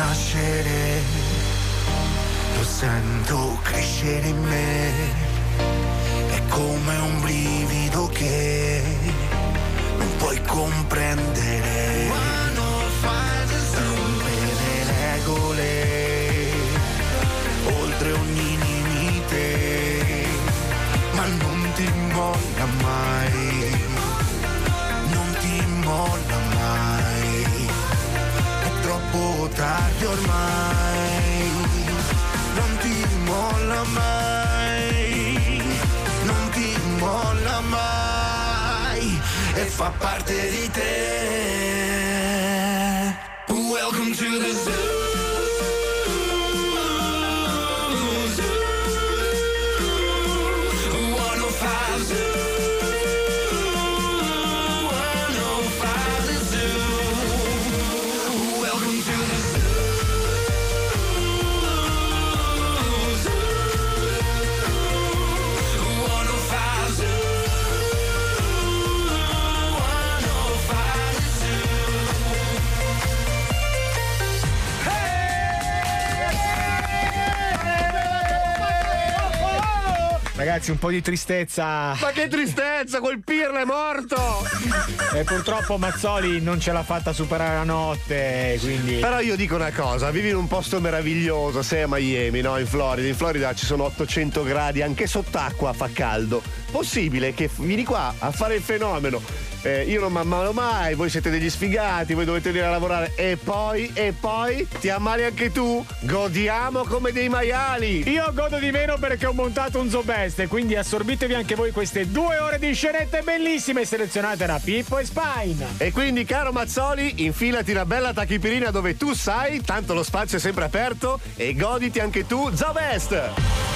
nascere, lo sento crescere in me, è come un brivido che non puoi comprendere. Rompe le regole, oltre ogni limite, ma non ti molla mai, non ti molla mai, è troppo tardi ormai, non ti molla mai, non ti molla mai, e fa parte di te. Welcome to the zoo. Ragazzi, un po' di tristezza. Ma che tristezza, quel Pirlo è morto! E purtroppo Mazzoli non ce l'ha fatta superare la notte, quindi. Però io dico una cosa, vivi in un posto meraviglioso, sei a Miami, no? In Florida ci sono 800 gradi, anche sott'acqua fa caldo. Possibile che vieni qua a fare il fenomeno? Io non mi ammalo mai, voi siete degli sfigati, voi dovete venire a lavorare e poi ti ammali anche tu? Godiamo come dei maiali! Io godo di meno perché ho montato un Zobest, quindi assorbitevi anche voi queste 2 ore di scenette bellissime selezionate da Pippo e Spine. E quindi, caro Mazzoli, infilati una bella tachipirina dove tu sai, tanto lo spazio è sempre aperto, e goditi anche tu Zobest!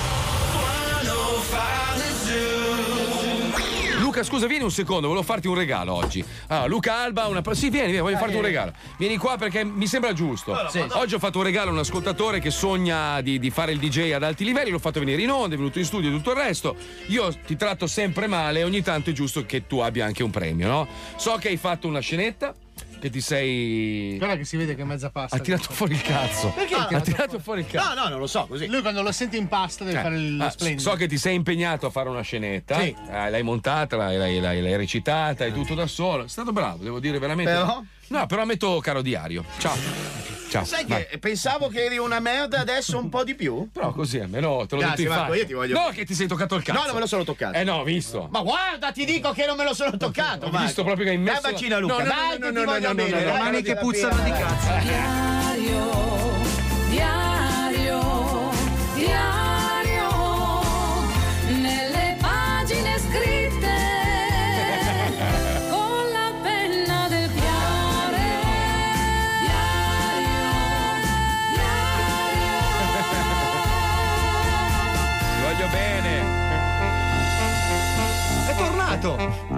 Luca, scusa, vieni un secondo, volevo farti un regalo oggi. Allora, Luca Alba, sì, vieni, voglio farti un regalo. Vieni qua perché mi sembra giusto. Sì. Oggi ho fatto un regalo a un ascoltatore che sogna di fare il DJ ad alti livelli, l'ho fatto venire in onda, è venuto in studio e tutto il resto. Io ti tratto sempre male, ogni tanto è giusto che tu abbia anche un premio, no? So che hai fatto una scenetta, che ti sei. Guarda che si vede che è mezza pasta. Ha tirato fuori il cazzo. Perché ha tirato fuori il cazzo? No, non lo so, così. Lui quando lo sente in pasta deve fare lo splendido. So che ti sei impegnato a fare una scenetta. Sì. L'hai montata, l'hai recitata, è tutto da solo. È stato bravo, devo dire veramente. Però? No, però metto caro diario. Ciao. Sai vai. che pensavo che eri una merda, adesso un po' di più? Però così almeno te l'ho detto Grazie, in Marco, faccia. io ti voglio. No, che ti sei toccato il cazzo. No, non me lo sono toccato. No, visto. Ma guarda, ti dico che non me lo sono toccato. Ho visto proprio che hai messo. Dai bacino, Luca. Dai, che ti voglio bene. Le mani che puzzano di cazzo. Diario, nelle pagine scritte con la penna del cuore. Ti voglio bene. È tornato.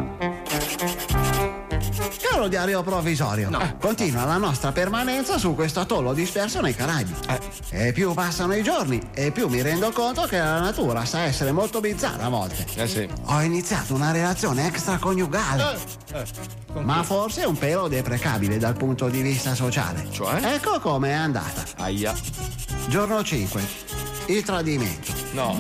Caro diario provvisorio, continua la nostra permanenza su questo atollo disperso nei Caraibi. E più passano i giorni e più mi rendo conto che la natura sa essere molto bizzarra a volte. Sì. Ho iniziato una relazione extraconiugale, ma forse un pelo deprecabile dal punto di vista sociale. Cioè? Ecco come è andata. Aia. Giorno 5. Il tradimento. No.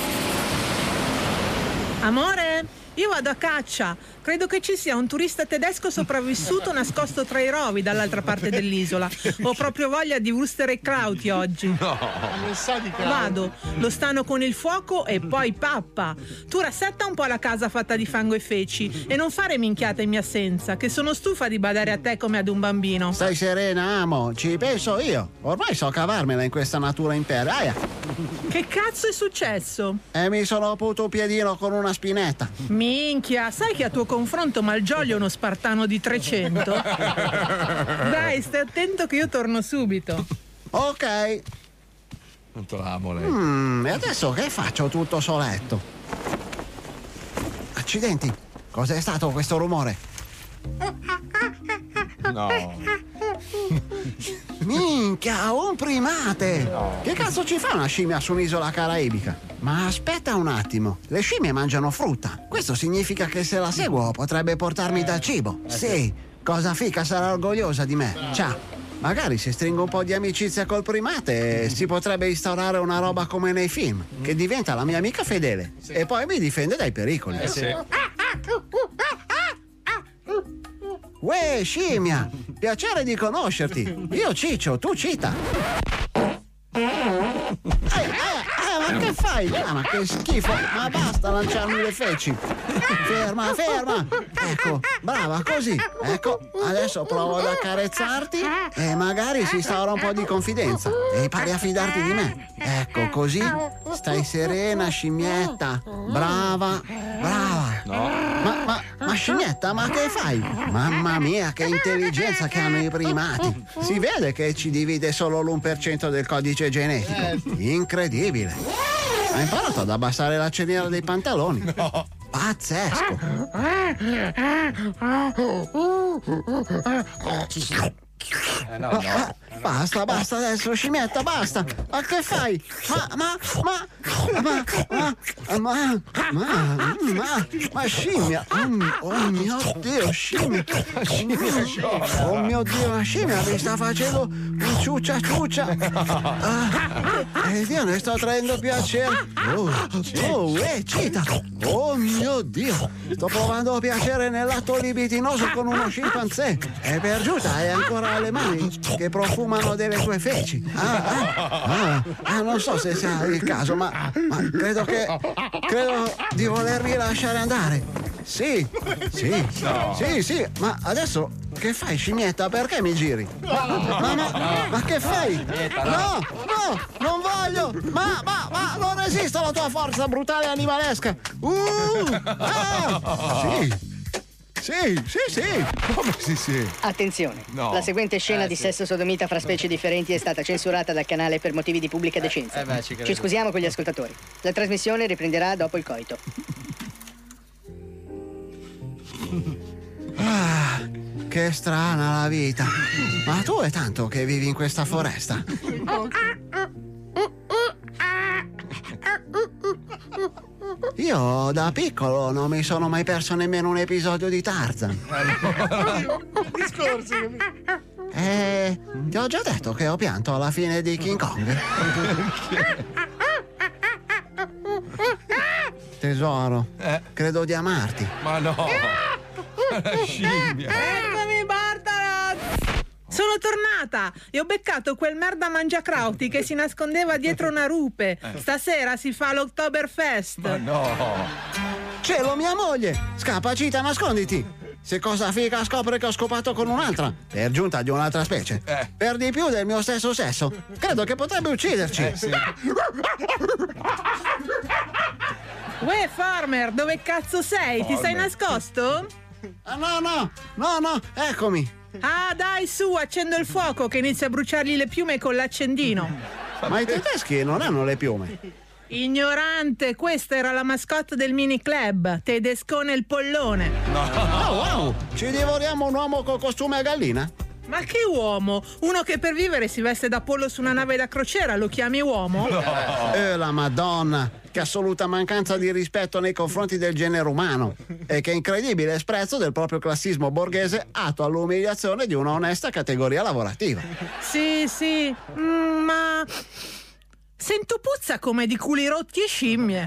Amore, io vado a caccia. Credo che ci sia un turista tedesco sopravvissuto nascosto tra i rovi dall'altra parte dell'isola. Ho proprio voglia di Wusterkraut oggi. No. Vado, lo stano con il fuoco e poi pappa. Tu rassetta un po' la casa fatta di fango e feci e non fare minchiate in mia assenza, che sono stufa di badare a te come ad un bambino. Stai serena, amo, ci penso io. Ormai so cavarmela in questa natura impervia. Che cazzo è successo? E mi sono puto un piedino con una spinetta. Minchia, sai che a tuo confronto Malgioglio è uno spartano di 300? Dai, stai attento che io torno subito. Ok. Quanto l'amo lei. E adesso che faccio tutto soletto? Accidenti, cos'è stato questo rumore? No. Minchia, un primate! No. Che cazzo ci fa una scimmia su un'isola caraibica? Ma aspetta un attimo, le scimmie mangiano frutta. Questo significa che se la seguo potrebbe portarmi dal cibo. Sì, cosa fica sarà orgogliosa di me. Ciao. magari se stringo un po' di amicizia col primate si potrebbe instaurare una roba come nei film, che diventa la mia amica fedele e poi mi difende dai pericoli. Uè, scimmia, piacere di conoscerti. Io Ciccio, tu Cita. Ma che fai? Ma che schifo! Ma basta lanciarmi le feci! Ferma! Ecco, brava, così! Ecco, adesso provo ad accarezzarti e magari si instaura un po' di confidenza e impari a fidarti di me. Ecco, così stai serena, scimmietta! Brava! No. Ma scimmietta, ma che fai? Mamma mia, che intelligenza che hanno i primati! Si vede che ci divide solo l'1% del codice genetico. Incredibile! Ha imparato ad abbassare la cerniera dei pantaloni. No. Pazzesco! No. Basta adesso, scimmietta, basta! Ma che fai? Ma scimmia! Oh mio Dio, scimmia! Oh mio Dio, la scimmia mi sta facendo un ciuccia! Io ne sto traendo piacere! Cita! Oh mio Dio! Sto provando piacere nell'atto libidinoso con uno scimpanzé! E per giunta hai ancora le mani che profumano delle tue feci. Non so se sia il caso, ma credo di volermi lasciare andare. Sì, ma adesso che fai, scimmietta? Perché mi giri? Ma che fai? No, non voglio! Ma non resisto alla tua forza brutale animalesca! Sì. Come sì? Attenzione, No. la seguente scena di sesso sodomita fra specie differenti è stata censurata dal canale per motivi di pubblica decenza. Ci scusiamo con gli ascoltatori. La trasmissione riprenderà dopo il coito. Che strana la vita. Ma tu è tanto che vivi in questa foresta. Io da piccolo non mi sono mai perso nemmeno un episodio di Tarzan. Discorsi. Ti ho già detto che ho pianto alla fine di King Kong. Tesoro, credo di amarti. Ma no. La scimmia. Eccomi, Bartarat! Sono tornata e ho beccato quel merda mangiacrauti che si nascondeva dietro una rupe. Stasera si fa l'Oktoberfest. Ma no. Cielo, mia moglie! Scappa, Cita, nasconditi! Se cosa figa scopre che ho scopato con un'altra, per giunta di un'altra specie, per di più del mio stesso sesso, credo che potrebbe ucciderci. Uè, Farmer, dove cazzo sei? Ti sei nascosto? No, eccomi. Ah, dai, su, accendo il fuoco che inizia a bruciargli le piume con l'accendino. Ma i tedeschi non hanno le piume. Ignorante, questa era la mascotte del mini club, Tedescone il pollone. Oh, wow, ci divoriamo un uomo col costume a gallina? Ma che uomo? Uno che per vivere si veste da pollo su una nave da crociera, lo chiami uomo? La Madonna, che assoluta mancanza di rispetto nei confronti del genere umano e che incredibile sprezzo del proprio classismo borghese atto all'umiliazione di una onesta categoria lavorativa. Sì, ma... sento puzza come di culi rotti e scimmie.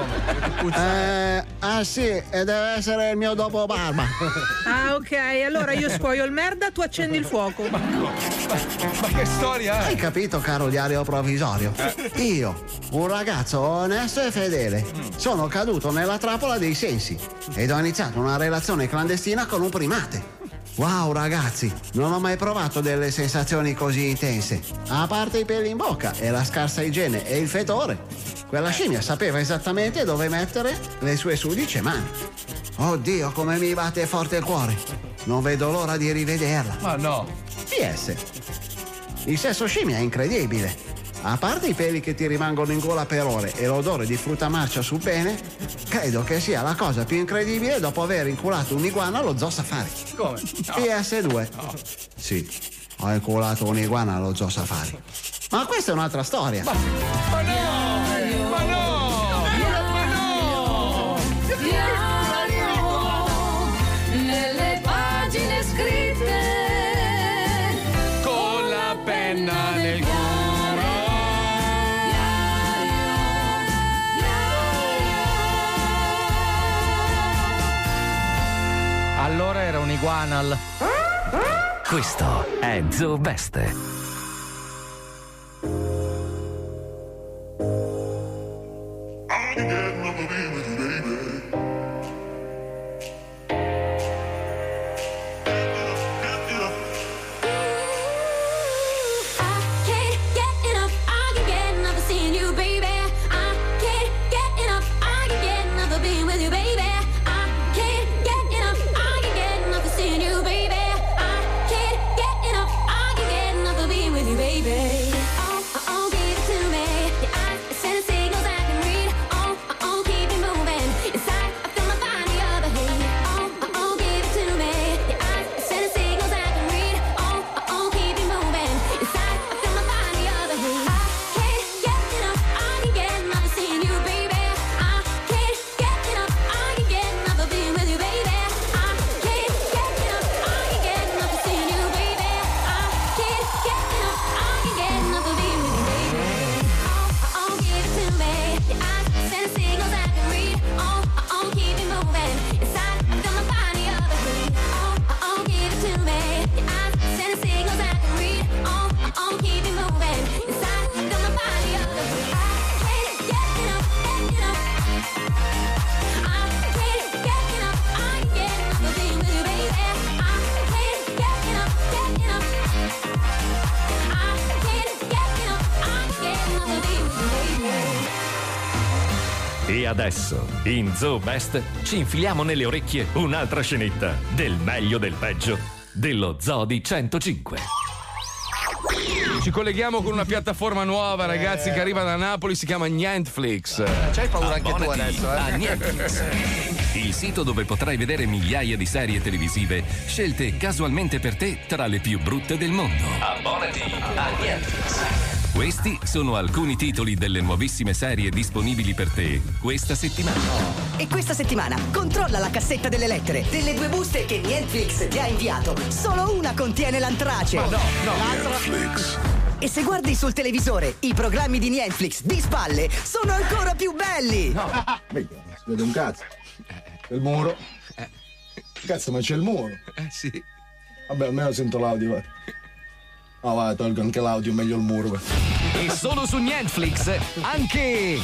Sì, e deve essere il mio dopo barba. Ah, ok, allora io scuoio il merda, tu accendi il fuoco. Ma che storia è? Hai capito, caro diario provvisorio? Io, un ragazzo onesto e fedele, sono caduto nella trappola dei sensi ed ho iniziato una relazione clandestina con un primate. Wow, ragazzi, non ho mai provato delle sensazioni così intense. A parte i peli in bocca e la scarsa igiene e il fetore, quella scimmia sapeva esattamente dove mettere le sue sudice mani. Oddio, come mi batte forte il cuore. Non vedo l'ora di rivederla. Ma no. PS. Il sesso scimmia è incredibile. A parte i peli che ti rimangono in gola per ore e l'odore di frutta marcia sul pene, credo che sia la cosa più incredibile dopo aver inculato un'iguana allo Zoo Safari. Come? No. PS2. No. Sì, ho inculato un'iguana allo Zoo Safari. Ma questa è un'altra storia. Ma no! Ma no! Diario, nelle pagine scritte con Allora era un iguanal. Questo è Zoo Best. E adesso, in Zoo Best, ci infiliamo nelle orecchie un'altra scenetta del meglio del peggio dello Zoo di 105. Ci colleghiamo con una piattaforma nuova, ragazzi, che arriva da Napoli, si chiama Nientflix. C'hai paura anche tu Abbonati adesso, a Nientflix, il sito dove potrai vedere migliaia di serie televisive scelte casualmente per te tra le più brutte del mondo. Abbonati a Nientflix. Questi sono alcuni titoli delle nuovissime serie disponibili per te questa settimana. E questa settimana controlla la cassetta delle lettere. Delle 2 buste che Nientflix ti ha inviato, solo una contiene l'antrace. Ma no. Nientflix. E se guardi sul televisore, i programmi di Nientflix di spalle sono ancora più belli. Mica, si vede un cazzo. Il muro. Cazzo, ma c'è il muro. Sì. Vabbè, almeno sento l'audio, va. Oh, vai, tolgo anche l'audio, meglio il muro. Va. E solo su Nientflix anche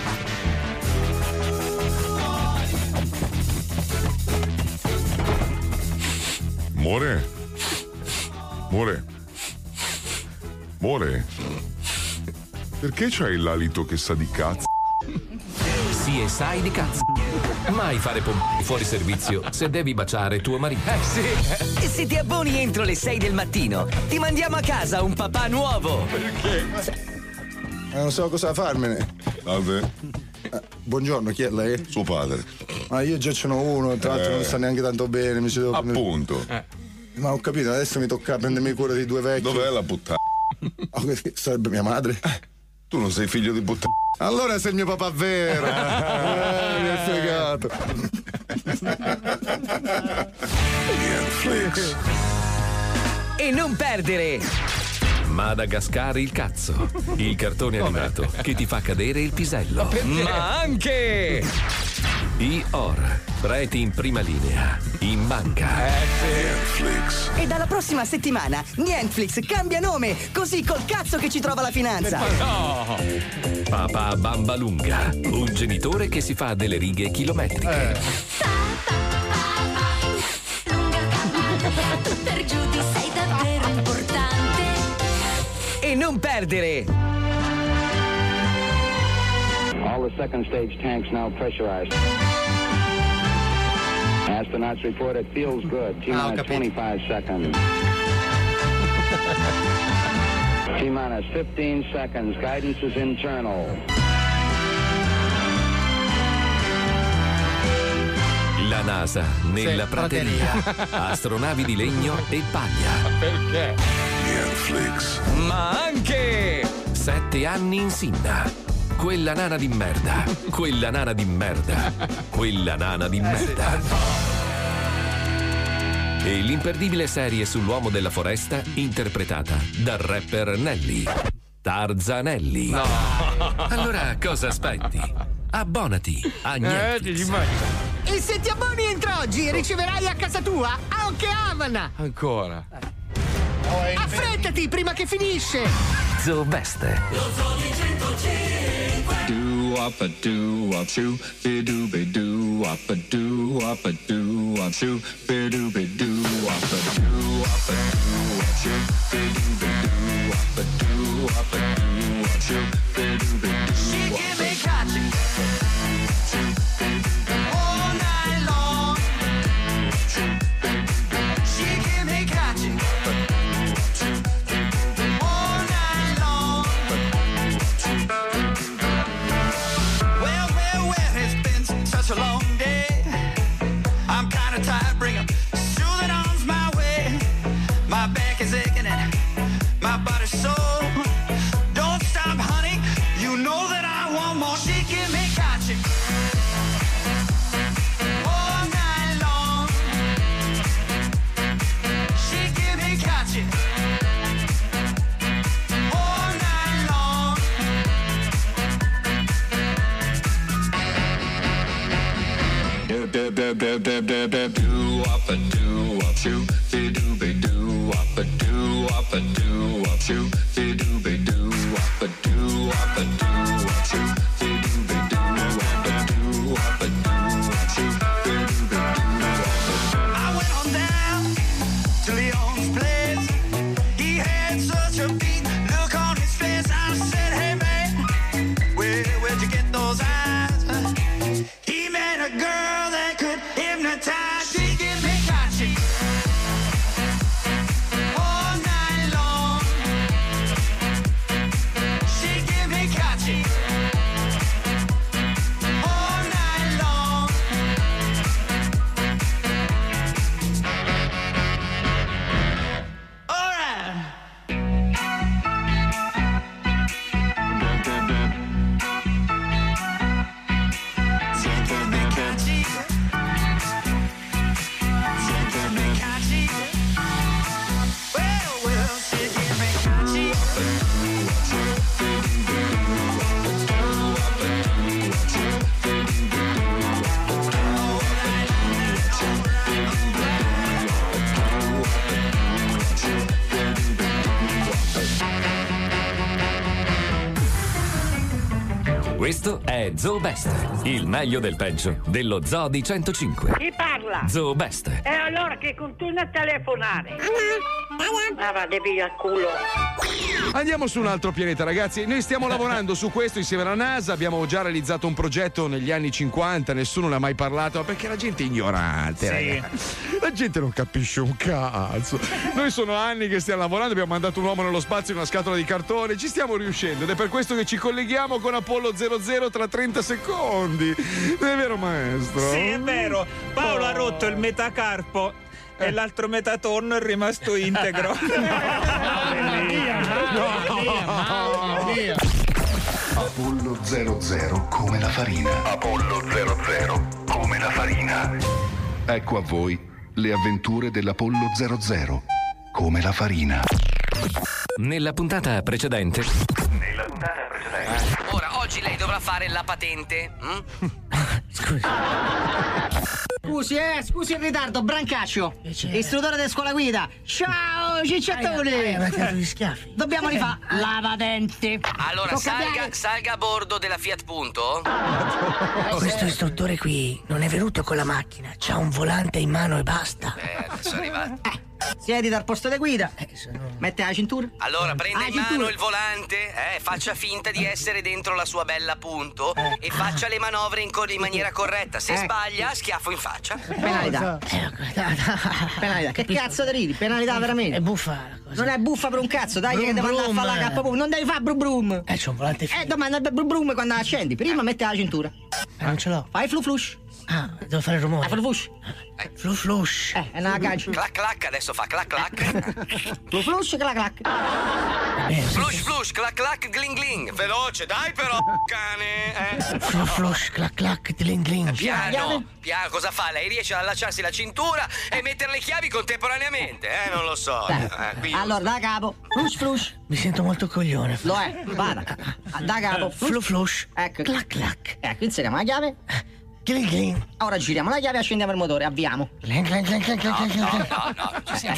More, perché c'hai l'alito che sa di cazzo? CSI di cazzo. Mai fare pompi fuori servizio se devi baciare tuo marito. E se ti abboni entro le 6 del mattino, ti mandiamo a casa un papà nuovo. Perché? Non so cosa farmene. Salve. Buongiorno, chi è lei? Suo padre. Ma io già ce n'ho uno, tra l'altro non sta neanche tanto bene. Mi ci devo Appunto. Ma ho capito, adesso mi tocca prendermi cura di 2 vecchi. Dov'è la puttana? Sarebbe mia madre. Tu non sei figlio di puttana. Allora sei il mio papà vero. Mi hai fregato. Netflix. E non perdere Madagascar il cazzo, il cartone animato che ti fa cadere il pisello. Ma anche Eeyore, preti in prima linea, in banca. Netflix. E dalla prossima settimana Nientflix cambia nome, così col cazzo che ci trova la finanza. No! Papà Bambalunga, un genitore che si fa delle righe chilometriche. Per Giudy sei davvero importante. E non perdere All the second stage tanks now pressurized. Astronauts report it feels good. T-minus 25 seconds. T-minus 15 seconds. Guidance is internal. La NASA nella prateria. Astronavi di legno e paglia. Perché? Netflix. Ma anche 7 anni in Sinna. Quella nana di merda. Quella nana di merda. Quella nana di merda. E l'imperdibile serie sull'uomo della foresta interpretata dal rapper Nelly. Tarzanelli. No. Allora cosa aspetti? Abbonati a Nientflix. E se ti abboni entro oggi oggi riceverai a casa tua anche Havana. Ancora. Affrettati prima che finisce. Zoo Best. Lo Zoo di 105. Do-up-a-do-up-shoo, be-doo-be-doo-up-a-do-up-a-do-up-shoo, be-doo-be-doo-up-a-do-up-a-do-up-shoo, be-doo-be-doo-up-a-do-up-a-do-up-shoo, be-doo-be-doo. She give me catching all night long. She give me catching all night long. Well, it's been such a long day. I'm kinda tired, bring 'em soothing arms my way. My back is aching and my body's sore. Don't stop, honey, you know that I want more. She give me catching all night long. She give me catching all night long. Do-up-a-do-up-shoo, be-doo-be-doo-up-a-do-up-a-do-up-shoo, be-doo-be-doo-up-a-do-up-a-do-up-shoo, be-doo-be-doo-up-a-do-up-a-do-up-shoo, be-doo-be-doo-up-a-do. I went on down to Leon's place. He had such a beat look on his face. I said, hey man, where'd you get those eyes? He met a girl that could hypnotize. She give me catching all night long. She give me catching all night long. All right. She give me catching. She give me catching. Well, she give me catching. Questo è Zoo Best, il meglio del peggio dello Zoo di 105. Chi parla? Zoo Best. E allora che continua a telefonare? Ah, vade via il culo. Andiamo su un altro pianeta, ragazzi. Noi stiamo lavorando su questo insieme alla NASA. Abbiamo già realizzato un progetto negli anni 50. Nessuno ne ha mai parlato perché la gente è ignorante. Sì. Ragazzi. La gente non capisce un cazzo. Noi sono anni che stiamo lavorando. Abbiamo mandato un uomo nello spazio in una scatola di cartone. Ci stiamo riuscendo ed è per questo che ci colleghiamo con Apollo 00 tra 30 secondi. Non è vero, maestro? Sì, è vero. Paolo ha rotto il metacarpo e l'altro metatorno è rimasto integro. Apollo 00 come la farina. Apollo 00 come la farina. Ecco a voi le avventure dell'Apollo 00 come la farina. Nella puntata precedente. Ora, oggi lei dovrà fare la patente. Scusi il ritardo, Brancaccio, istruttore della scuola guida. Ciao cicciattone. Dobbiamo rifare la patente. Allora, salga a bordo della Fiat Punto. Questo istruttore qui non è venuto con la macchina, c'ha un volante in mano e basta. Adesso è arrivato. Siediti al posto di guida. Mette la cintura. Allora, prenda in mano il volante, faccia finta di essere dentro la sua bella Punto e faccia le manovre in maniera corretta. Se sbaglia, schiaffo in faccia. Penalità. Penalità. Che cazzo ti ridi? Penalità veramente. È buffa la cosa. Non è buffa per un cazzo, dai, che devo andare a fare la K. Non devi fare brum brum. C'è un volante figo. Domanda il brum brum quando accendi. Prima metti la cintura. Non ce l'ho. Fai flu flush. Ah, devo fare il rumore. Flu flush. Flu flush. È una aggancio. Clac clac, adesso fa clac clac. Flu flush, clac clac. Flush flush, clac clac, gling gling. Veloce, dai però, cane. Flu flush, clac clac, gling gling. Piano, cosa fa? Lei riesce ad allacciarsi la cintura e mettere le chiavi contemporaneamente? Non lo so. Allora, da capo. Flush flush. Mi sento molto coglione. Lo è, vada. Da capo. Flu flush. Ecco. Clac clac. Ecco, inseriamo la chiave. Glin glin. Ora giriamo la chiave e accendiamo il motore, avviamo. Glin glin glin glin glin glin. No, ci siamo.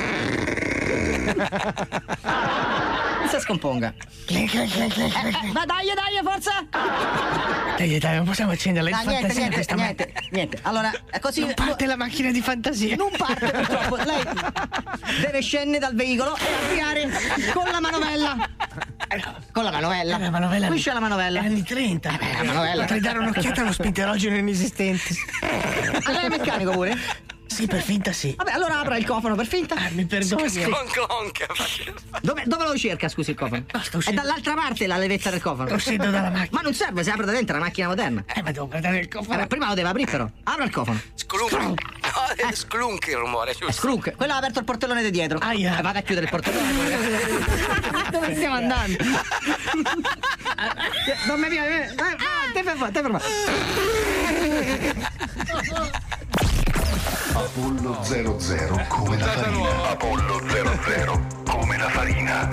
Non si scomponga. Ma dai, forza! Dai, non possiamo accenderla in fantasia questa niente. Allora, così. Non parte la macchina di fantasia. Non parte, purtroppo. Lei deve scendere dal veicolo e avviare con la manovella. Con la manovella. La manovella. Qui c'è la manovella. Anni 30. La manovella. Potrei dare un'occhiata allo spinterogeno inesistente. Lei è meccanico pure? Sì, per finta sì. Vabbè, allora apra il cofano per finta. Mi perdoni. Clonk. Dove lo cerca, scusi, il cofano? È dall'altra parte la levetta del cofano. Sto uscendo dalla macchina. Ma non serve, si apre da dentro, è una macchina moderna. Ma devo guardare il cofano. Prima lo deve aprire, però. Apra il cofano. Sclunk. No, è sclunk il rumore, giusto? Sclunk. Quello ha aperto il portellone di dietro. Vado a chiudere il portellone. Dove stiamo andando? Non mi viene. Te ferma. Apollo 00 come la farina. Apollo 00 come la farina.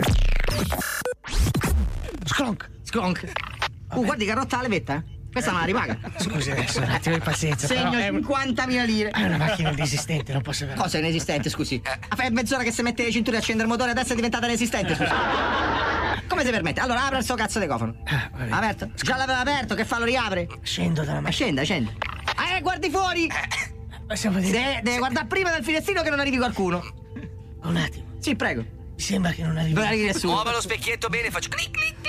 Sclonk. Guardi che ha rotta la levetta. Questa me la ripaga. Scusi adesso, un attimo di pazienza. Segno 50.000 lire. È una macchina inesistente, non posso avere. Cosa inesistente, scusi? È mezz'ora che si mette le cinture e accende il motore, adesso è diventata inesistente, scusi. Come si permette? Allora apra il suo cazzo di cofano. Aperto. Già l'aveva aperto, che fa? Lo riapre? Scendo dalla macchina. Scende. Guardi fuori! Deve guardare prima dal finestrino che non arrivi qualcuno. Un attimo. Sì, prego. Mi sembra che non arrivi nessuno. Muova lo specchietto bene, faccio clic.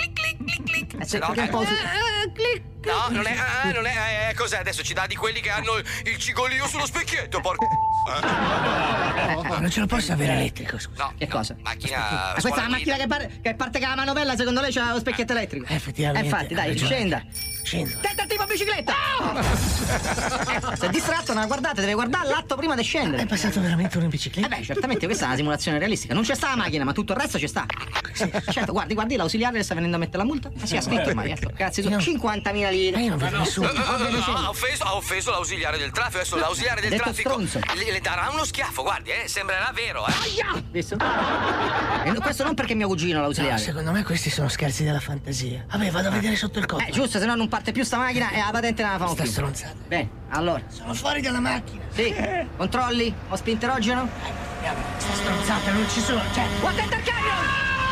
No, non è cos'è? Adesso ci dà di quelli che hanno il cigolio sullo specchietto, porco. Non ce lo posso avere elettrico, scusa. No, che cosa? Macchina. Questa è la macchina che parte con la manovella, secondo lei c'ha lo specchietto elettrico? Effettivamente. Infatti, dai, scenda. Scendo. Tentativo bicicletta! Si è distratto, non la guardate, deve guardare l'atto prima di scendere. È passato veramente uno in bicicletta? Certamente questa è una simulazione realistica. Non c'è sta la macchina, ma tutto il resto ci sta. Sì. Certo, guardi l'ausiliare che sta venendo a mettere la multa. Si è scritto mai. Grazie, 50.000 lire. Io non vedo nessuno. Ha offeso l'ausiliare del traffico. Adesso l'ausiliare del traffico le darà uno schiaffo, guardi, sembrerà vero, Visto? Questo non perché è mio cugino l'ausiliare. No, secondo me questi sono scherzi della fantasia. Vabbè, vado a vedere sotto il cofano. Giusto, se no non parte più sta macchina e la patente non la fa un Sta stronzata. Bene, allora. Sono fuori dalla macchina. Sì. Controlli? Ho spinterogeno? Sta stronzata, non ci sono. Attento al camion!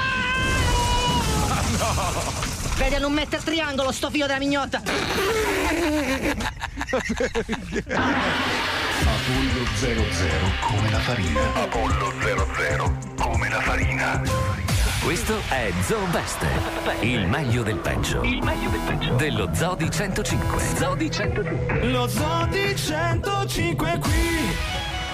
No! Vedi a non mettere triangolo, sto figlio della mignotta! Apollo 00 come la farina. Apollo 00 come la farina. Questo è Zoo Best, il meglio del peggio. Dello Zoo di 105. Lo Zoo di 105 qui.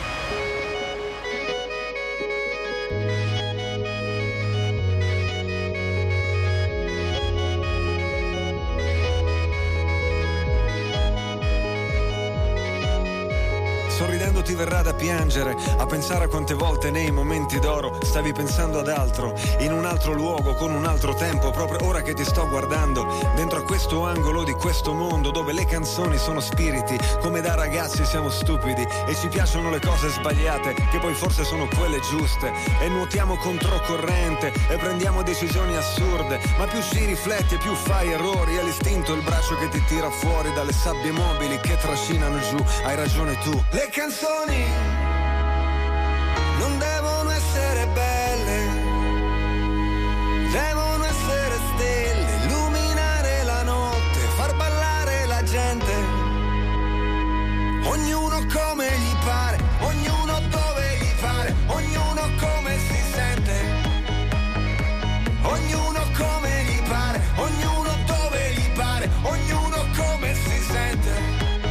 Sorridendo ti verrà da piangere, a pensare a quante volte nei momenti d'oro stavi pensando ad altro, in un altro luogo, con un altro tempo, proprio ora che ti sto guardando, dentro a questo angolo di questo mondo dove le canzoni sono spiriti, come da ragazzi siamo stupidi e ci piacciono le cose sbagliate, che poi forse sono quelle giuste, e nuotiamo controcorrente e prendiamo decisioni assurde, ma più ci rifletti e più fai errori, è l'istinto il braccio che ti tira fuori dalle sabbie mobili che trascinano giù, hai ragione tu. Le canzoni non devono essere belle, devono essere stelle, illuminare la notte, far ballare la gente, ognuno come gli pare, ognuno dove gli pare, ognuno come si sente, ognuno come gli pare, ognuno dove gli pare, ognuno come si sente.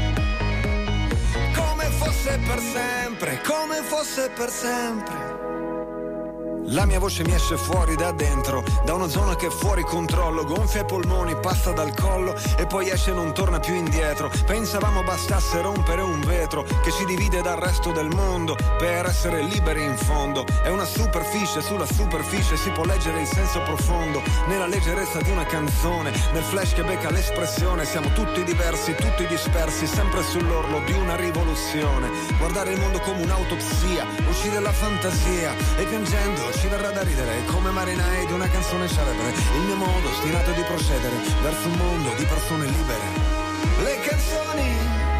Per sempre, come fosse per sempre. La mia voce mi esce fuori da dentro, da una zona che è fuori controllo, gonfia i polmoni, passa dal collo e poi esce e non torna più indietro. Pensavamo bastasse rompere un vetro che ci divide dal resto del mondo per essere liberi in fondo. È una superficie, sulla superficie si può leggere il senso profondo, nella leggerezza di una canzone, nel flash che becca l'espressione. Siamo tutti diversi, tutti dispersi, sempre sull'orlo di una rivoluzione. Guardare il mondo come un'autopsia, uscire la fantasia e piangendo ci verrà da ridere come marinai di una canzone celebre. Il mio modo ostinato di procedere verso un mondo di persone libere. Le canzoni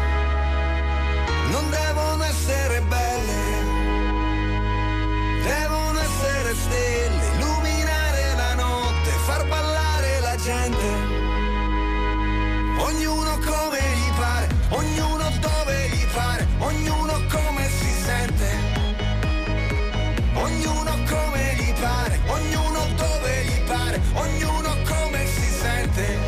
non devono essere belle, devono essere stelle, illuminare la notte, far ballare la gente. Ognuno come gli pare, ognuno dove gli pare, ognuno come si sente. Ognuno come gli pare, ognuno dove gli pare, ognuno come si sente.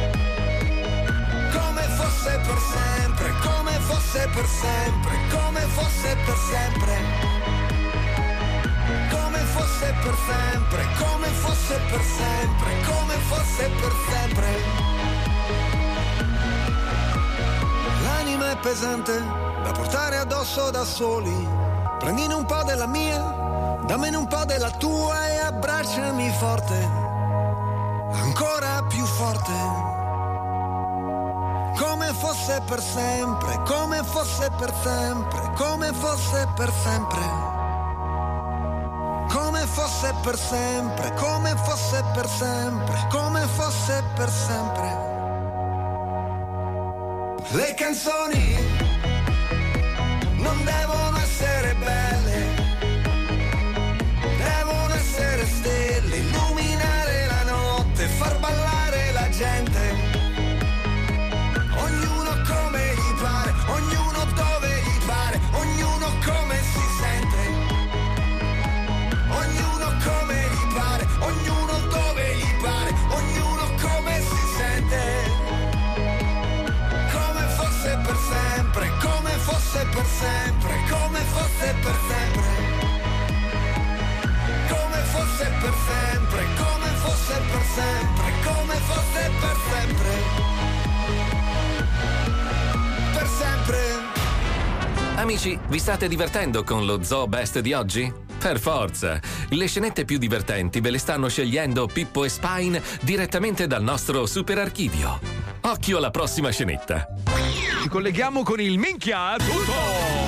Come fosse per sempre, come fosse per sempre, come fosse per sempre. Come fosse per sempre, come fosse per sempre, come fosse per sempre. L'anima è pesante da portare addosso da soli. Prendine un po' della mia, dammene un po' della tua e abbracciami forte, ancora più forte. Come fosse per sempre, come fosse per sempre, come fosse per sempre. Come fosse per sempre, come fosse per sempre, come fosse per sempre. Le canzoni non devono essere belle, devono essere stelle, illuminare la notte, far ballare la gente. Ognuno come gli pare, ognuno dove gli pare, ognuno come si sente. Ognuno come gli pare, ognuno dove gli pare, ognuno come si sente. Come fosse per sempre, come fosse per sempre, come fosse per sempre. Come fosse per sempre, come fosse per sempre, come fosse per sempre. Per sempre. Amici, vi state divertendo con lo Zoo Best di oggi? Per forza! Le scenette più divertenti ve le stanno scegliendo Pippo e Spine direttamente dal nostro super archivio. Occhio alla prossima scenetta. Ci colleghiamo con il Minchia Tutto!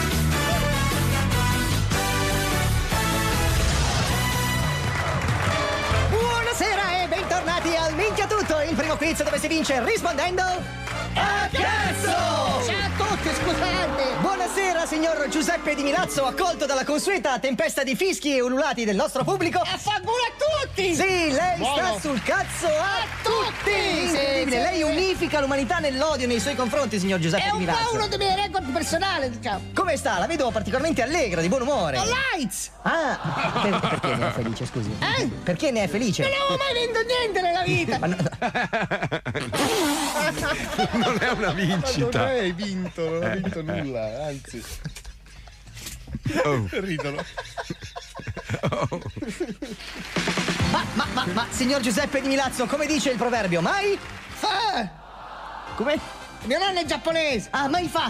Buonasera e bentornati al Minchia Tutto, il primo quiz dove si vince rispondendo a cazzo! Ciao a tutti, scusate! Buonasera, signor Giuseppe Di Milazzo, accolto dalla consueta tempesta di fischi e ululati del nostro pubblico. A fanculo a tutti! Sì, lei Buono. sta sul cazzo a tutti! Incredibile, lei unifica l'umanità nell'odio nei suoi confronti, signor Giuseppe È Di un Milazzo. po' uno dei miei record personali, diciamo. Come sta? La vedo particolarmente allegra, di buon umore. Ho lights! Ah, perché ne è felice, scusi? Perché ne è felice? Non avevo mai vinto niente nella vita! Ma no- Non è una vincita. Ma non hai vinto, non hai vinto nulla, anzi. Ridono. Ma, signor Giuseppe Di Milazzo, come dice il proverbio? Mai? Fa! Come? Mio nonno è giapponese! Ah, mai fa!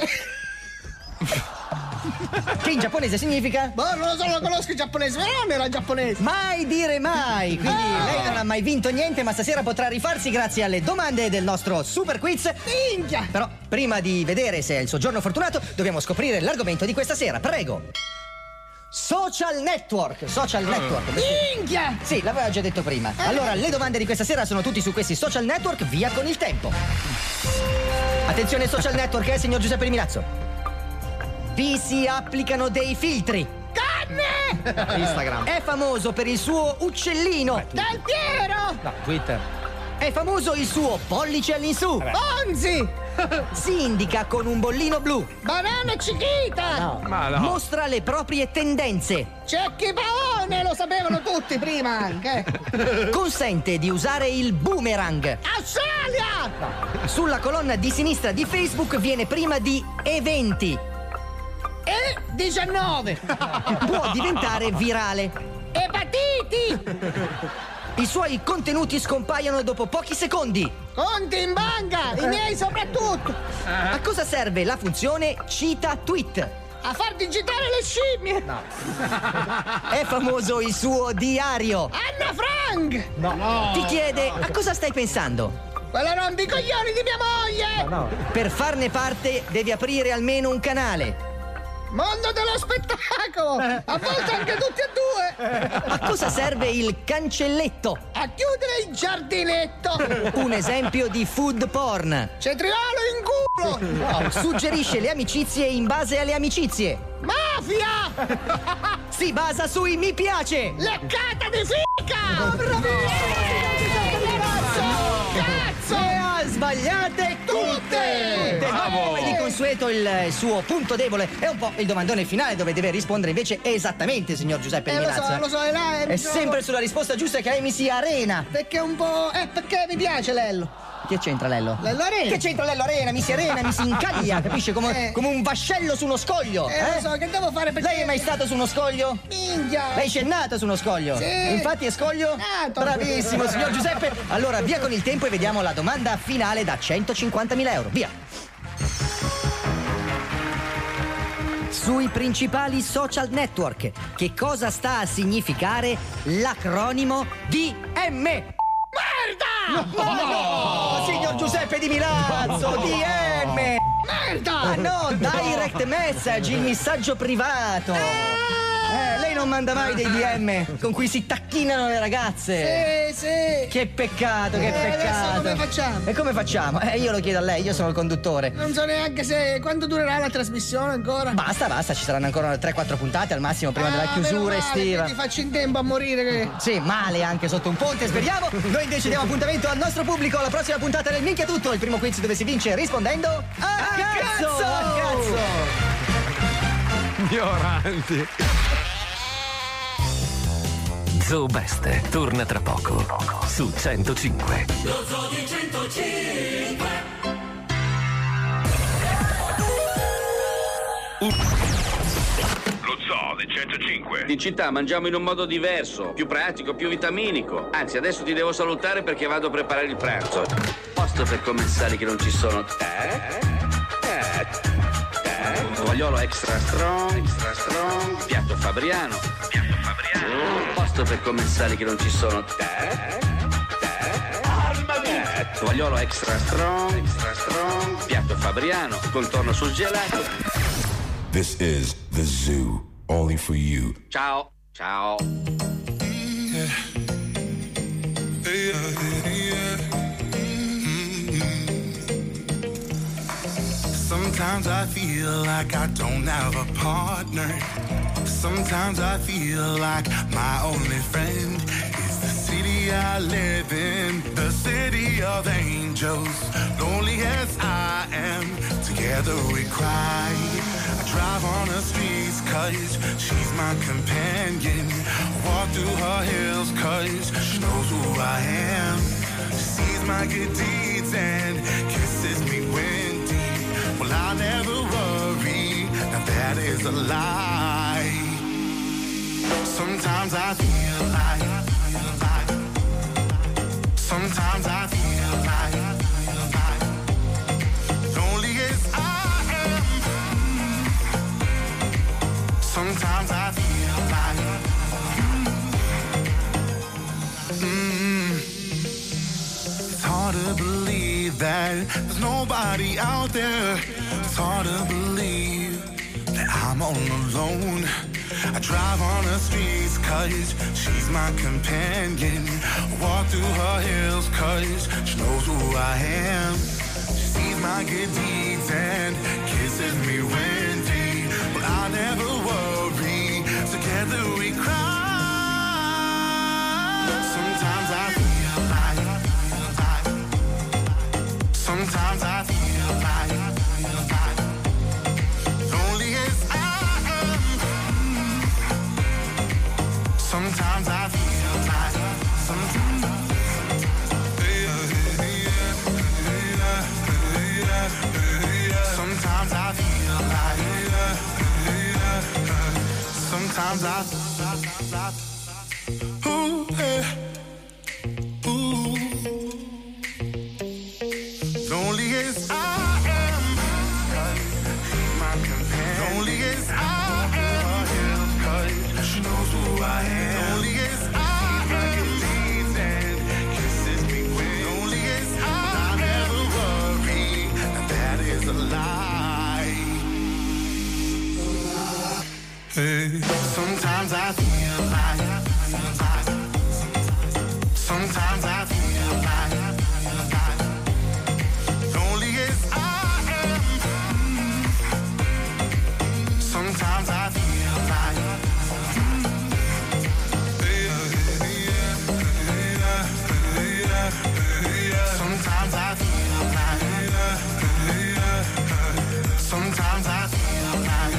Che in giapponese significa? Boh, non lo so, non conosco il giapponese, mio nonno era giapponese! Mai dire mai! Quindi lei non ha mai vinto niente, ma stasera potrà rifarsi grazie alle domande del nostro super quiz. Minchia! Però, prima di vedere se è il suo giorno fortunato, dobbiamo scoprire l'argomento di questa sera. Prego! Social network! Social network! Minchia! Sì, l'aveva già detto prima. Allora, le domande di questa sera sono tutti su questi social network, via con il tempo. Attenzione, social network, signor Giuseppe Di Milazzo. Vi si applicano dei filtri. Canne! Instagram. È famoso per il suo uccellino. Del Piero! No, Twitter. È famoso il suo pollice all'insù. Bonzi! Si indica con un bollino blu. Banana Chiquita! No. Ma no. Mostra le proprie tendenze. Cecchi Paone, lo sapevano tutti prima anche! Consente di usare il boomerang. Australia! Sulla colonna di sinistra di Facebook viene prima di eventi. E 19! Può diventare virale. Epatiti! I suoi contenuti scompaiono dopo pochi secondi. Conti in banca, i miei soprattutto! A cosa serve la funzione cita tweet? A far digitare le scimmie! No. È famoso il suo diario. Anna Frank! No. Ti chiede a cosa stai pensando? Quella rompicoglioni di mia moglie! No. Per farne parte devi aprire almeno un canale. Mondo dello spettacolo! A volte anche tutti e due! A cosa serve il cancelletto? A chiudere il giardinetto. Un esempio di food porn. Cetriolo in culo. No, suggerisce le amicizie in base alle amicizie. Mafia. Si basa sui mi piace. Leccata di fica. Bravissimo. Cazzo. E ha sbagliate tutte. Bravo. E di consueto il suo punto debole è un po' il domandone finale dove deve rispondere invece esattamente, signor Giuseppe Liminazzo. Lo so, è là. È sempre sulla risposta giusta che Amy sia Arena. Perché un po'. Perché mi piace Lello. Che c'entra Lello? Lello Arena. Che c'entra Lello Arena? Mi si arena, mi si incaglia, capisce? Come un vascello su uno scoglio. Lo so, che devo fare perché. Lei è mai stato su uno scoglio? Minchia. Lei c'è nato su uno scoglio? Sì. Infatti è scoglio? Nato. Bravissimo, signor Giuseppe. Allora, via con il tempo e vediamo la domanda finale da 150.000 euro. Via. Sui principali social network, che cosa sta a significare l'acronimo DM? Merda! No! Signor Giuseppe di Milazzo, DM! Merda! Ah no, direct message, il messaggio privato. Lei non manda mai dei DM con cui si tacchinano le ragazze. Sì. Che peccato, che peccato. Adesso come facciamo? E come facciamo? Io lo chiedo a lei, io sono il conduttore. Non so neanche se. Quanto durerà la trasmissione ancora? Basta, ci saranno ancora 3-4 puntate al massimo prima della chiusura estiva. Ti faccio in tempo a morire. Sì, male anche sotto un ponte, speriamo. Noi invece diamo appuntamento al nostro pubblico alla prossima puntata del Minchia Tutto, il primo quiz dove si vince rispondendo a cazzo! A cazzo! Ignoranti. Zoo Best torna tra poco su 105. Lo Zoo di 105. Lo Zoo di 105. In città mangiamo in un modo diverso, più pratico, più vitaminico. Anzi, adesso ti devo salutare perché vado a preparare il pranzo. Posto per commensali che non ci sono. Tovagliolo extra strong, piatto fabriano. Posto per commensali che non ci sono. Tovagliolo extra strong, piatto fabriano, contorno sul gelato. This is the zoo, only for you. Ciao. Sometimes I feel like I don't have a partner. Sometimes I feel like my only friend is the city I live in, the city of angels. Lonely as I am, together we cry. I drive on the streets 'cause she's my companion. I walk through her hills 'cause she knows who I am. She sees my good deeds and kisses me when deep. Well, I never worry, now that is a lie. Sometimes I feel like, sometimes I feel like, lonely as I am. Sometimes I feel like, it's hard to believe that there's nobody out there. It's hard to believe that I'm all alone. I drive on the streets 'cause she's my companion. I walk through her hills 'cause she knows who I am. She sees my good deeds and kisses me when deep. Well, I never worry, together we cry. Sometimes I feel like, sometimes I feel like, lonely as I am. Sometimes I feel like, sometimes I feel like, sometimes I ooh, ooh, lonely as I am, my companion. Lonely as I am, she knows who I am. Lonely as I am, and kisses me when. Lonely as I never worry, and that is a lie. Hey. Sometimes I feel like, sometimes Sometimes I feel like lonely as I am. Sometimes I feel like sometimes I feel like sometimes I feel like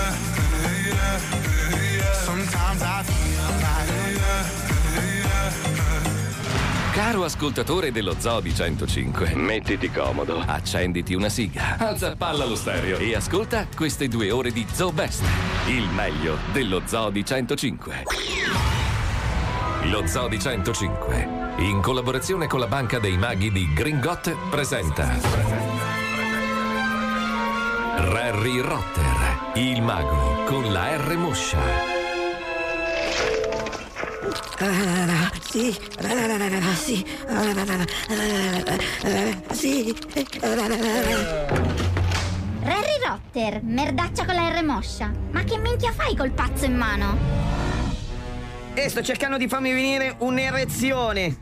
sometimes I feel like. Caro ascoltatore dello Zoo di 105, mettiti comodo, accenditi una siga, alza a palla lo stereo e ascolta queste 2 ore di Zoo Best, il meglio dello Zoo di 105. Lo Zoo di 105, in collaborazione con la Banca dei Maghi di Gringot, presenta Rarry Rotter, il mago con la R moscia. Sì, sì. Rarry Rotter, merdaccia con la R moscia. Ma che minchia fai col pazzo in mano? Sto cercando di farmi venire un'erezione.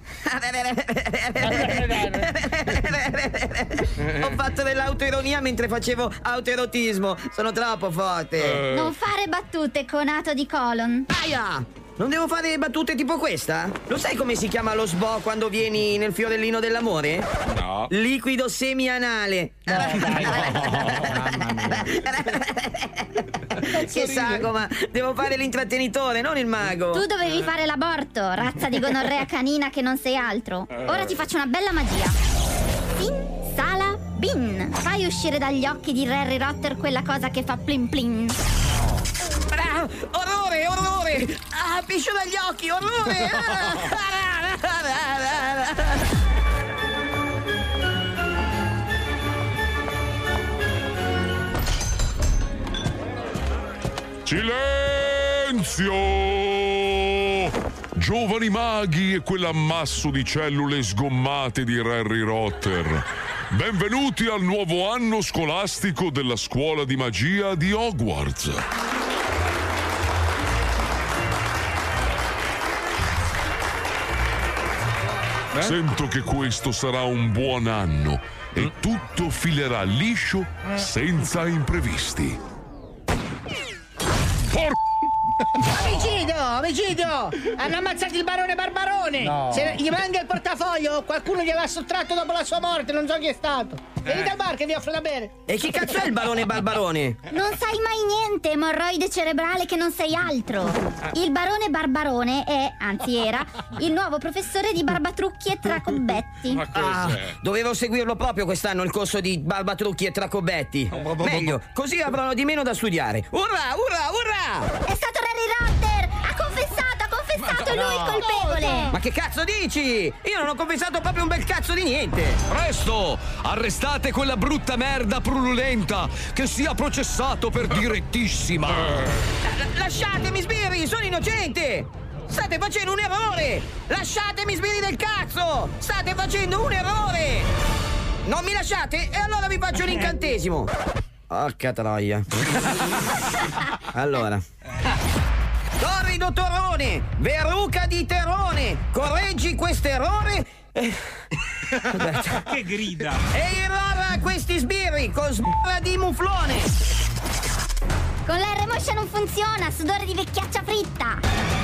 Ho fatto dell'autoironia mentre facevo autoerotismo. Sono troppo forte. Non fare battute, conato di colon. Aia! Non devo fare battute tipo questa? Lo sai come si chiama lo SBO quando vieni nel fiorellino dell'amore? No. Liquido semianale. Che sagoma, devo fare l'intrattenitore, non il mago. Tu dovevi fare l'aborto, razza di gonorrea canina che non sei altro. Ora ti faccio una bella magia. Sin, sala, bin. Fai uscire dagli occhi di Rarry Rotter quella cosa che fa plin plin. Orrore, orrore! Piscio dagli occhi, orrore! Silenzio! Giovani maghi e quell'ammasso di cellule sgommate di Rarry Rotter. Benvenuti al nuovo anno scolastico della scuola di magia di Hogwarts. Sento che questo sarà un buon anno e tutto filerà liscio senza imprevisti. Omicidio! Hanno ammazzato il barone Barbarone! No. Se gli manca il portafoglio, qualcuno gli aveva sottratto dopo la sua morte, non so chi è stato. Venite al bar che vi offro da bere. E chi cazzo è il barone Barbarone? Non sai mai niente, emorroide cerebrale che non sei altro. Il barone Barbarone è, anzi era, il nuovo professore di barbatrucchi e tracobetti. Dovevo seguirlo proprio quest'anno il corso di barbatrucchi e tracobetti. Meglio, così avranno di meno da studiare. Urrà, urrà, urrà! È stato Rarry Rotter! Ha confessato, è lui il colpevole! Ma che cazzo dici? Io non ho confessato proprio un bel cazzo di niente! Presto! Arrestate quella brutta merda prululenta che sia processato per direttissima! Lasciatemi, sbirri, sono innocente! State facendo un errore! Lasciatemi, sbirri del cazzo! State facendo un errore! Non mi lasciate? E allora vi faccio un incantesimo! Porca troia! Allora... Corri, dottorone! Verruca di Terone! Correggi questo errore! Che grida! E irrora a questi sbirri con sbirra di muflone! Con la R moscia non funziona, sudore di vecchiaccia fritta!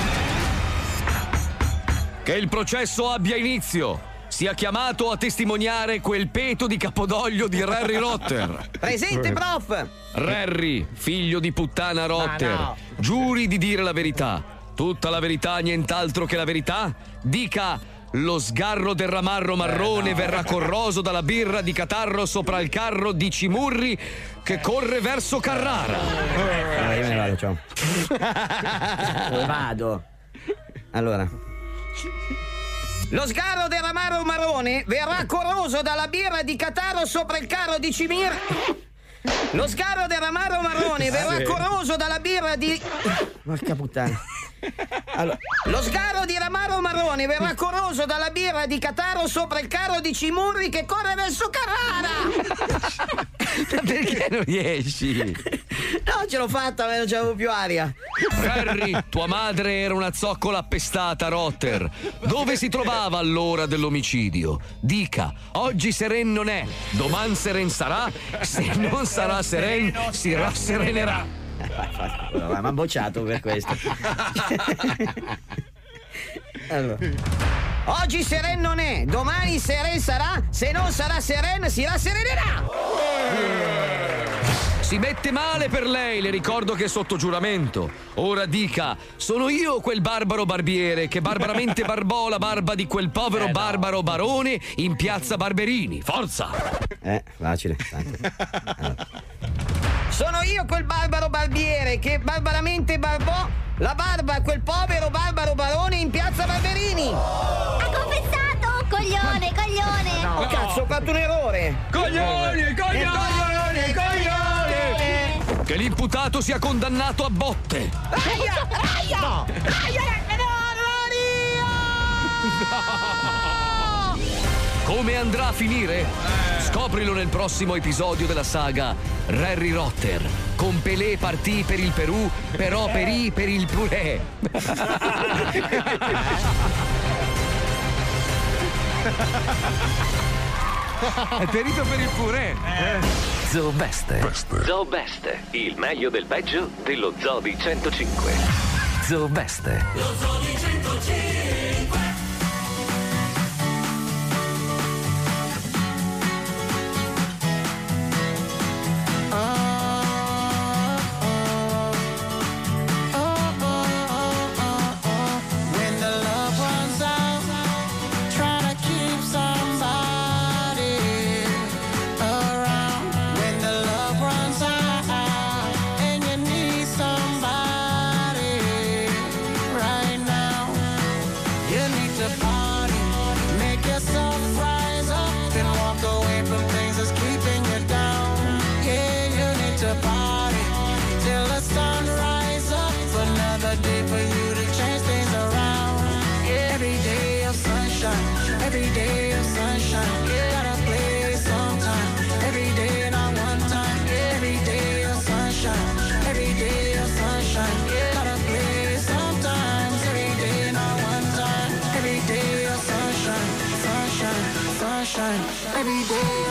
Che il processo abbia inizio! Sia chiamato a testimoniare quel peto di capodoglio di Rarry Rotter. Presente, prof! Rarry, figlio di puttana Rotter, no. giuri di dire la verità. Tutta la verità, nient'altro che la verità? Dica: lo sgarro del ramarro marrone verrà corroso dalla birra di catarro sopra il carro di Cimurri che corre verso Carrara. Io me ne vado, ciao. Dove vado? Allora... Lo sgarro del ramarro marrone verrà corroso dalla birra di Cataro sopra il carro di Cimir. Lo sgarro del ramarro marrone verrà corroso dalla birra di... Porca puttana. Allora, lo sgarro di ramarro marrone verrà corroso dalla birra di Cataro sopra il carro di Cimurri che corre verso Carrara. Perché non riesci? No, ce l'ho fatta, ma non c'avevo più aria. Harry, tua madre era una zoccola appestata, Rotter. Dove si trovava all'ora dell'omicidio? Dica, oggi Seren non è, domani Seren sarà, se non sarà Seren, si rasserenerà. Mi ha bocciato per questo. Allora. Oggi Seren non è, domani Seren sarà, se non sarà Seren si rasserenerà. Si mette male per lei, le ricordo che è sotto giuramento. Ora dica, sono io quel barbaro barbiere che barbaramente barbò la barba di quel povero barbaro barone in piazza Barberini. Forza! Facile. Allora. Sono io quel barbaro barbiere che barbaramente barbò la barba a quel povero barbaro barone in piazza Barberini. Ha confessato! Coglione! No. Oh cazzo, ho fatto un errore. Coglioni! Che l'imputato sia condannato a botte. Aia! No! Come andrà a finire? Scoprilo nel prossimo episodio della saga Harry Rotter. Con Pelé partì per il Perù, però perì per il purè. È perito per il purè. Zoo Best. Zoo Best, il meglio del peggio dello Zoo di 105. Zoo Best. Lo Zoo di 105. Every day.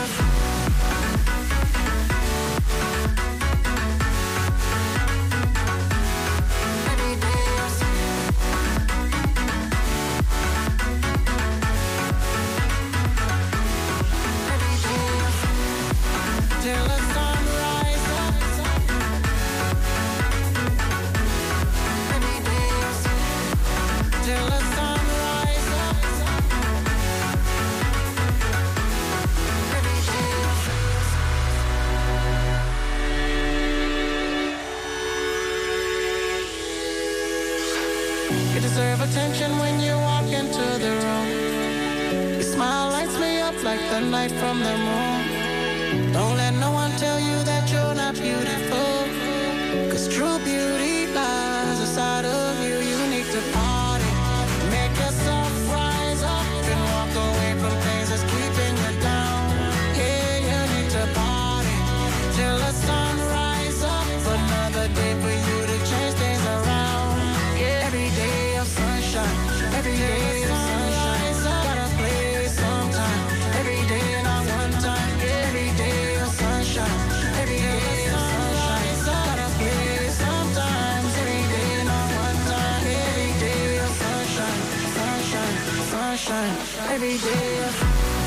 You deserve attention when you walk into the room. Your smile lights me up like the light from the moon. Don't let no one tell you that you're not beautiful. 'Cause true beauty lies inside of you. You need to party, make yourself rise up and walk away from things that's keeping you down. Yeah, you need to party till the sun rise up. Another day for you to change things around. Yeah, every day of sunshine, every day of sunshine. Gotta play sometime, every day not one time. Yeah, every day of sunshine, every day of sunshine. Gotta play sometimes, every day not one time. Every day of sunshine, sunshine, sunshine. Every day of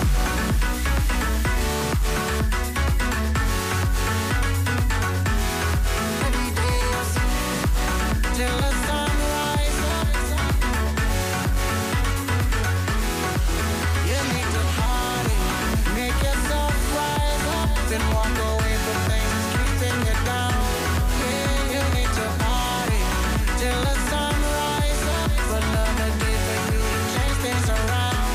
till the sun rises up. You need to party, make yourself rise up and walk away from things that's keeping you down. Yeah, you need to party till the sun rises up. Another day for you to change things around.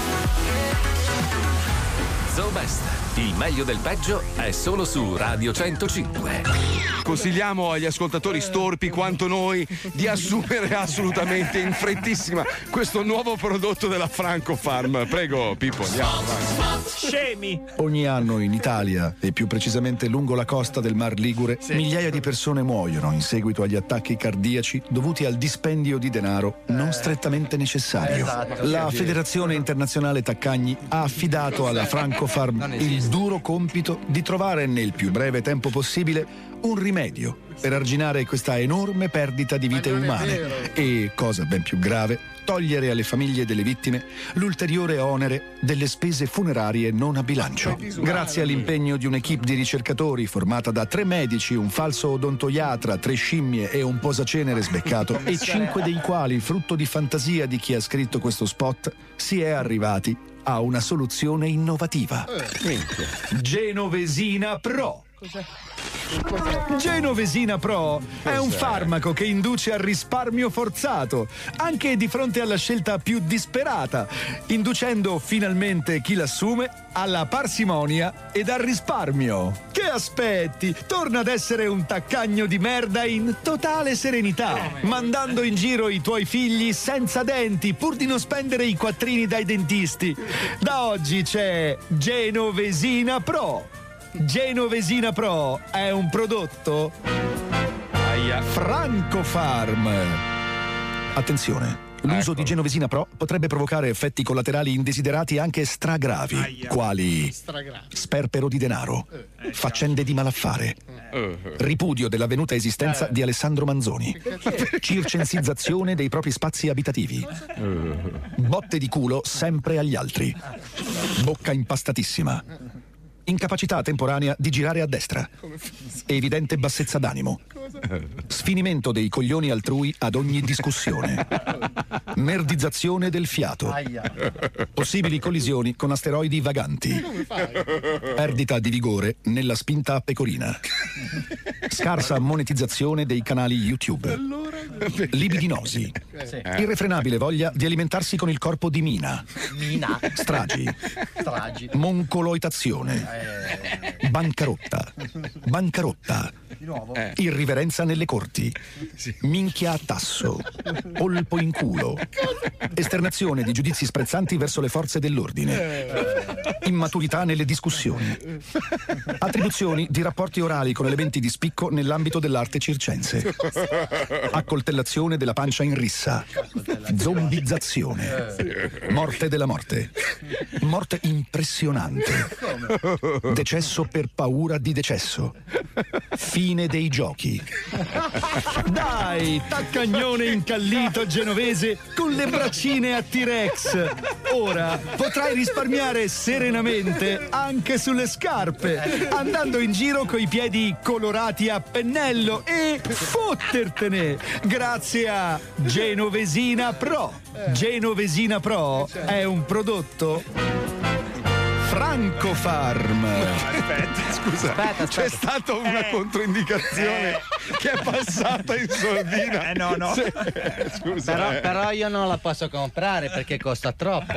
Zoo Best, il meglio del peggio è solo su Radio 105. Consigliamo agli ascoltatori storpi quanto noi di assumere assolutamente in frettissima questo nuovo prodotto della Franco Farm. Prego Pippo, andiamo. Scemi! Ogni anno in Italia, e più precisamente lungo la costa del Mar Ligure, migliaia di persone muoiono in seguito agli attacchi cardiaci dovuti al dispendio di denaro non strettamente necessario. La Federazione Internazionale Taccagni ha affidato alla Franco Farm il duro compito di trovare nel più breve tempo possibile un rimedio per arginare questa enorme perdita di vite umane e, cosa ben più grave, togliere alle famiglie delle vittime l'ulteriore onere delle spese funerarie non a bilancio. Grazie all'impegno di un'equipe di ricercatori formata da 3 medici, un falso odontoiatra, 3 scimmie e un posacenere sbeccato, e 5 dei quali, frutto di fantasia di chi ha scritto questo spot, si è arrivati a una soluzione innovativa. Genovesina Pro. Genovesina Pro è un farmaco che induce al risparmio forzato, anche di fronte alla scelta più disperata, inducendo finalmente chi l'assume alla parsimonia ed al risparmio. Che aspetti? Torna ad essere un taccagno di merda in totale serenità, mandando in giro i tuoi figli senza denti pur di non spendere i quattrini dai dentisti. Da oggi c'è Genovesina Pro. Genovesina Pro è un prodotto Franco Farm. Attenzione, l'uso di Genovesina Pro potrebbe provocare effetti collaterali indesiderati anche stragravi, quali sperpero di denaro, faccende di malaffare, ripudio dell'avvenuta esistenza di Alessandro Manzoni, circensizzazione dei propri spazi abitativi, botte di culo sempre agli altri, bocca impastatissima, incapacità temporanea di girare a destra, evidente bassezza d'animo, sfinimento dei coglioni altrui ad ogni discussione, nerdizzazione del fiato, possibili collisioni con asteroidi vaganti, perdita di vigore nella spinta a pecorina, scarsa monetizzazione dei canali YouTube, libidinosi, irrefrenabile voglia di alimentarsi con il corpo di Mina, stragi, moncoloitazione, bancarotta, irriverenza nelle corti, minchia a tasso, polpo in culo, esternazione di giudizi sprezzanti verso le forze dell'ordine, immaturità nelle discussioni, attribuzioni di rapporti orali con elementi di spicco nell'ambito dell'arte circense, accoltellazione della pancia in rissa, zombizzazione, morte della morte, morte impressionante, decesso per paura di decesso, fine dei giochi. Dai, taccagnone incallito genovese con le braccine a T-Rex. Ora potrai risparmiare serenamente anche sulle scarpe, andando in giro coi piedi colorati a pennello e fottertene grazie a Genovesina Pro. Genovesina Pro è un prodotto Franco Farm. Aspetta, scusa, c'è stata una controindicazione che è passata in sordina. No. Sì, scusa. Però io non la posso comprare perché costa troppo.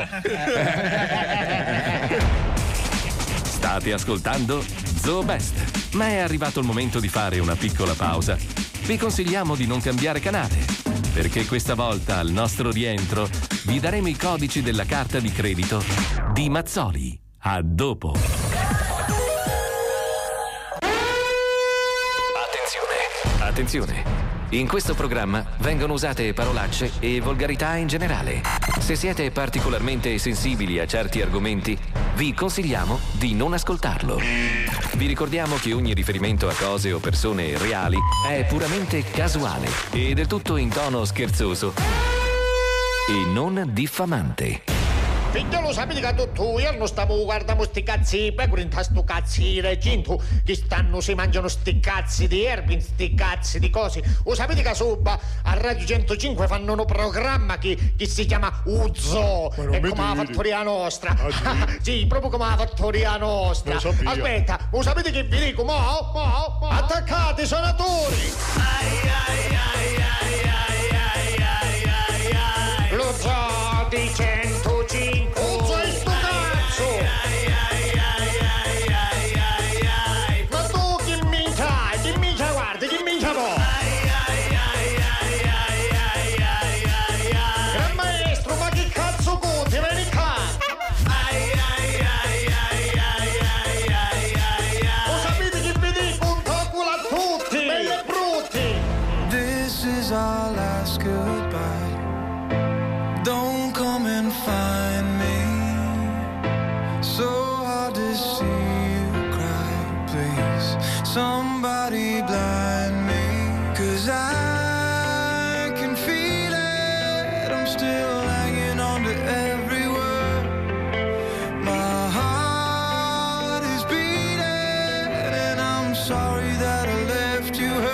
State ascoltando Zoo Best, ma è arrivato il momento di fare una piccola pausa. Vi consigliamo di non cambiare canale, perché questa volta al nostro rientro vi daremo i codici della carta di credito di Mazzoli. A dopo. Attenzione! In questo programma vengono usate parolacce e volgarità in generale. Se siete particolarmente sensibili a certi argomenti, vi consigliamo di non ascoltarlo. Vi ricordiamo che ogni riferimento a cose o persone reali è puramente casuale e del tutto in tono scherzoso e non diffamante. Figliolo, sapete che tutto io non stavo guardando sti cazzi pecore in sto cazzi di recinto che stanno si mangiano sti cazzi di erbi, sti cazzi di cose. O sapete che sopra a Radio 105 fanno un programma che si chiama Uzzo, è come la fattoria nostra. Sì, proprio come la fattoria nostra. Aspetta, o sapete che vi dico? Mo? Attaccate i suonatori. Lo zoo di 105. Uzzo è sto cazzo. Ma tu che mi c'hai? Guarda, this is our last goodbye. Don't come and find me. So hard to see you cry, please. Somebody blind me, 'cause I can feel it. I'm still hanging on to every word. My heart is beating, and I'm sorry that I left you hurt.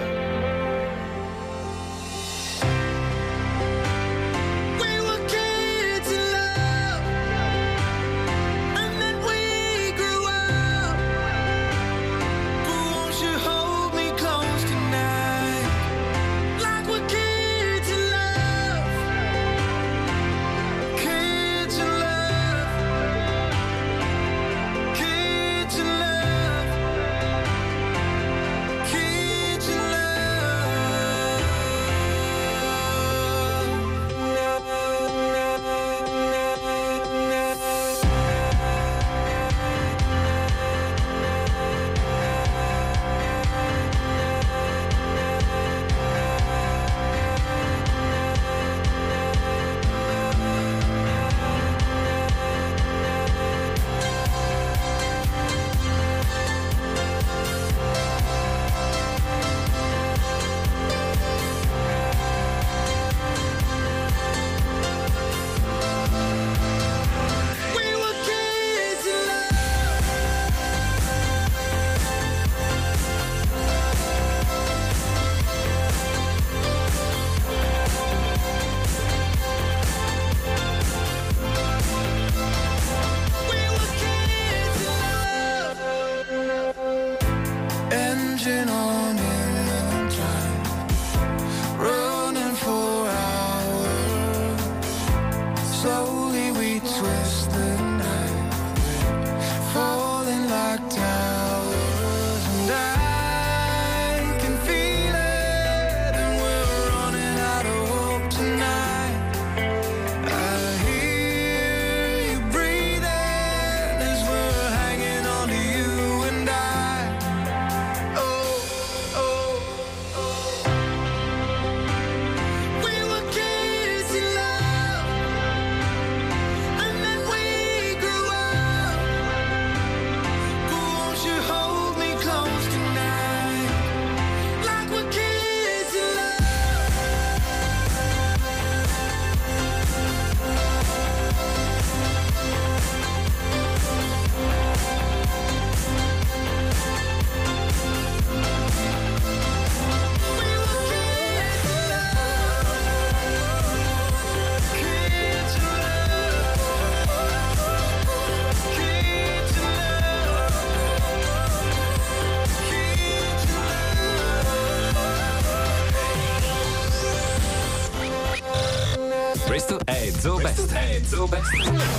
Questo è Zoo Best.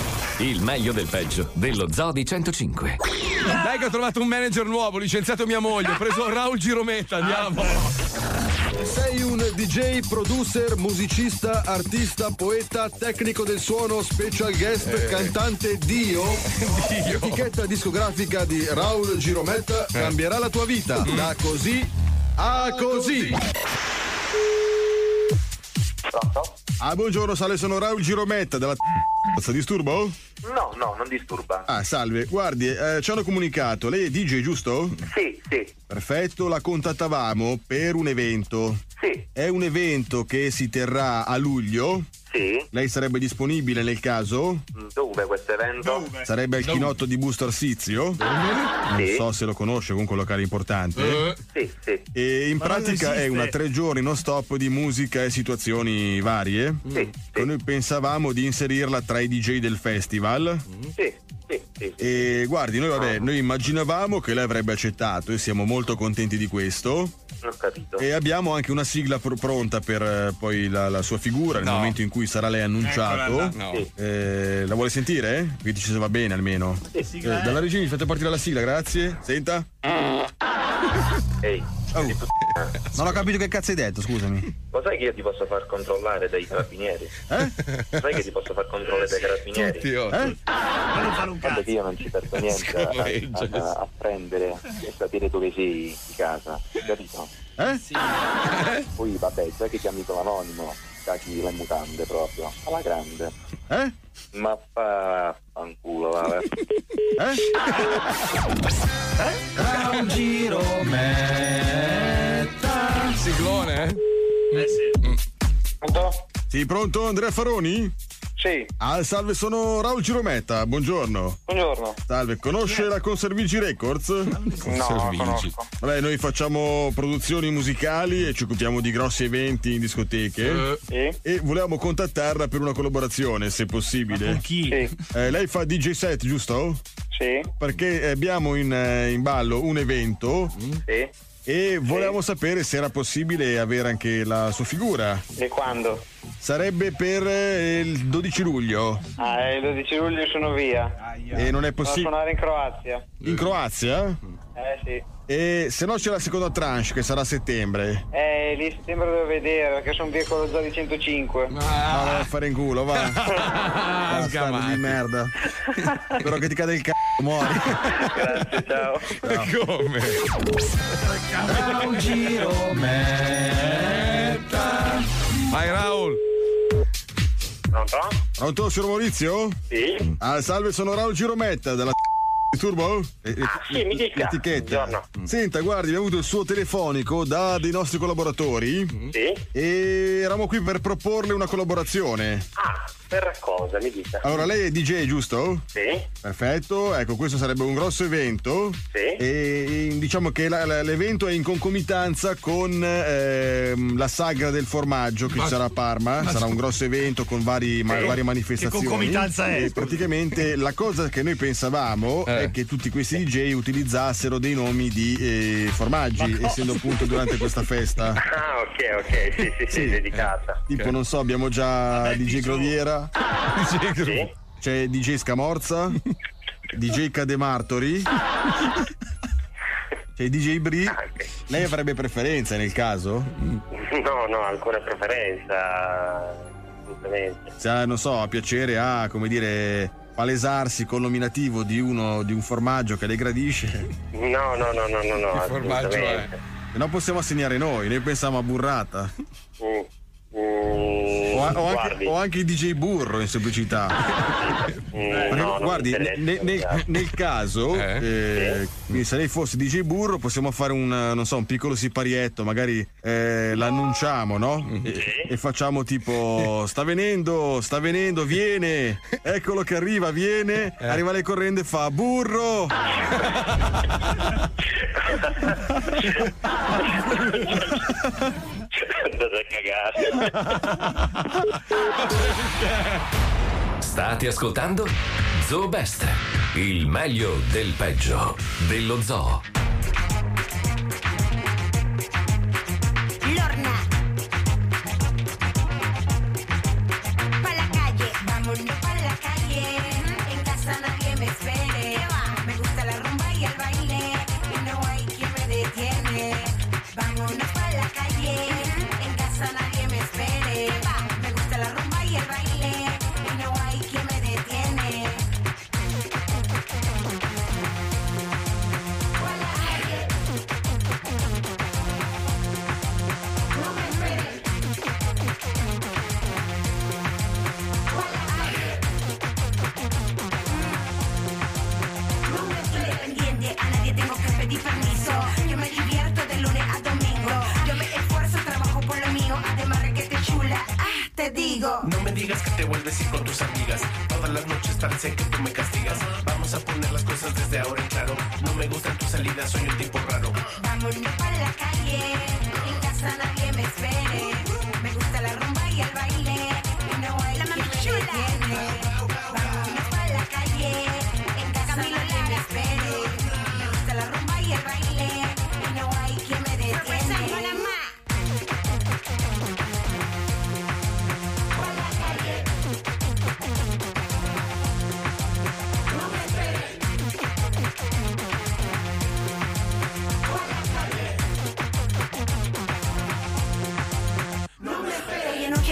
Il meglio del peggio dello Zoo di 105. Dai che ho trovato un manager nuovo, licenziato mia moglie, ho preso Raul Girometta, andiamo. Sei un DJ, producer, musicista, artista, poeta, tecnico del suono, special guest, cantante, Dio. L'etichetta discografica di Raul Girometta cambierà la tua vita da così a così. Pronto? Ah, buongiorno, salve, sono Raul Girometta della disturbo? No, non disturba. Ah, salve, guardi, ci hanno comunicato, lei è DJ, giusto? Sì. Perfetto, la contattavamo per un evento. Sì. È un evento che si terrà a luglio. Sì. Lei sarebbe disponibile nel caso? Dove questo evento? Sarebbe al chinotto di Busto Arsizio. Non so se lo conosce, comunque un locale importante. Sì. E in pratica è una 3 giorni non stop di musica e situazioni varie. Sì. Noi pensavamo di inserirla tra i DJ del festival. Sì. E guardi, noi immaginavamo che lei avrebbe accettato e siamo molto contenti di questo. Ho capito. E abbiamo anche una sigla pronta per poi la sua figura nel momento in cui sarà lei annunciato. La vuole sentire? Vi dice se va bene almeno. Dalla regia mi fate partire la sigla, grazie. Senta. Ehi. Non ho capito che cazzo hai detto, scusami. Lo sai che io ti posso far controllare dai carabinieri? Sai che ti posso far controllare dai carabinieri? Non fanno un cazzo. Che io non ci perdo niente a prendere e sapere dove sei di casa, capito? Sì. Poi vabbè, sai che chiami con l'anonimo, cacchi le mutande proprio, alla grande. Ma fa fanculo, vabbè. Un giro metta. Siglone? Sì. Pronto? Sì, pronto, Andrea Faroni? Sì. Salve, sono Raul Girometta, buongiorno. Buongiorno. Salve, conosce la Conservigi Records? No, conosco. Vabbè, noi facciamo produzioni musicali e ci occupiamo di grossi eventi in discoteche. E volevamo contattarla per una collaborazione, se possibile. Ma con chi? Sì. Lei fa DJ set, giusto? Sì. Perché abbiamo in ballo un evento. Sì. E volevamo sapere se era possibile avere anche la sua figura. E quando? Sarebbe per il 12 luglio. Il 12 luglio sono via. E non è possibile. Devo suonare in Croazia. In Croazia? Sì. E se no c'è la seconda tranche che sarà a settembre. Lì a settembre devo vedere perché sono via con lo Zoli 105. No, vai a fare in culo, va. Bastardo di merda. Però che ti cade il c***o, muori. Grazie, ciao. Come? Un giro metta. Vai Raul. Pronto? Pronto, signor Maurizio? Sì. Salve, sono Raul Girometta della Turbo? Sì, mi dica. Etichetta. Buongiorno. Senta, guardi, abbiamo avuto il suo telefonico da dei nostri collaboratori. Sì. E eravamo qui per proporle una collaborazione. Per cosa, mi dica. Allora, lei è DJ, giusto? Sì. Perfetto, ecco, questo sarebbe un grosso evento. Sì. E diciamo che l'evento è in concomitanza con la sagra del formaggio che ci sarà a Parma. Sarà un grosso evento con varie manifestazioni. Che concomitanza è? E praticamente la cosa che noi pensavamo è che tutti questi DJ utilizzassero dei nomi di formaggi, essendo appunto durante questa festa. Ok, sì, dedicata. Tipo, non so, abbiamo già DJ Groviera. Sì. C'è DJ Scamorza, DJ Cademartori, c'è DJ Bri. Lei avrebbe preferenza nel caso? No, alcuna preferenza. Assolutamente. Se non so, ha piacere a, come dire, palesarsi col nominativo di un formaggio che le gradisce. No, Che formaggio è? Se no possiamo assegnare noi pensiamo a burrata. O anche i DJ burro in semplicità. Guardi, nel caso quindi se lei fosse DJ burro possiamo fare un piccolo siparietto, magari l'annunciamo, no? E facciamo tipo sta venendo, viene, eccolo che arriva, viene, arriva lei correndo e fa burro. State ascoltando Zoo Best, il meglio del peggio dello zoo. Lorna. Pa' la calle, vámonos pa' la calle. En casa nadie me espere. Me gusta la rumba y el baile. Y no hay quien me detiene. Vámonos pa' la calle. En casa nadie me espere. Me gusta la rumba y el baile. Y no hay quien me detiene. Independiente, a nadie tengo que pedir permiso. Yo me divierto de lunes a domingo. Yo me esfuerzo, trabajo por lo mío. Además de que te chula, te digo. No me digas que te vuelves a ir con tus amigas. Todas las noches parece que tú me castigas. Vamos a poner las cosas desde ahora en claro. No me gustan tus salidas, soy un tipo raro. Vámonos pa' la calle. En casa nadie me espere. Me gusta la rumba y el baile. Y no hay quien me detiene. Vámonos pa' la calle. En casa nadie me espere. Me gusta la rumba y el baile. Y no hay quien me detiene.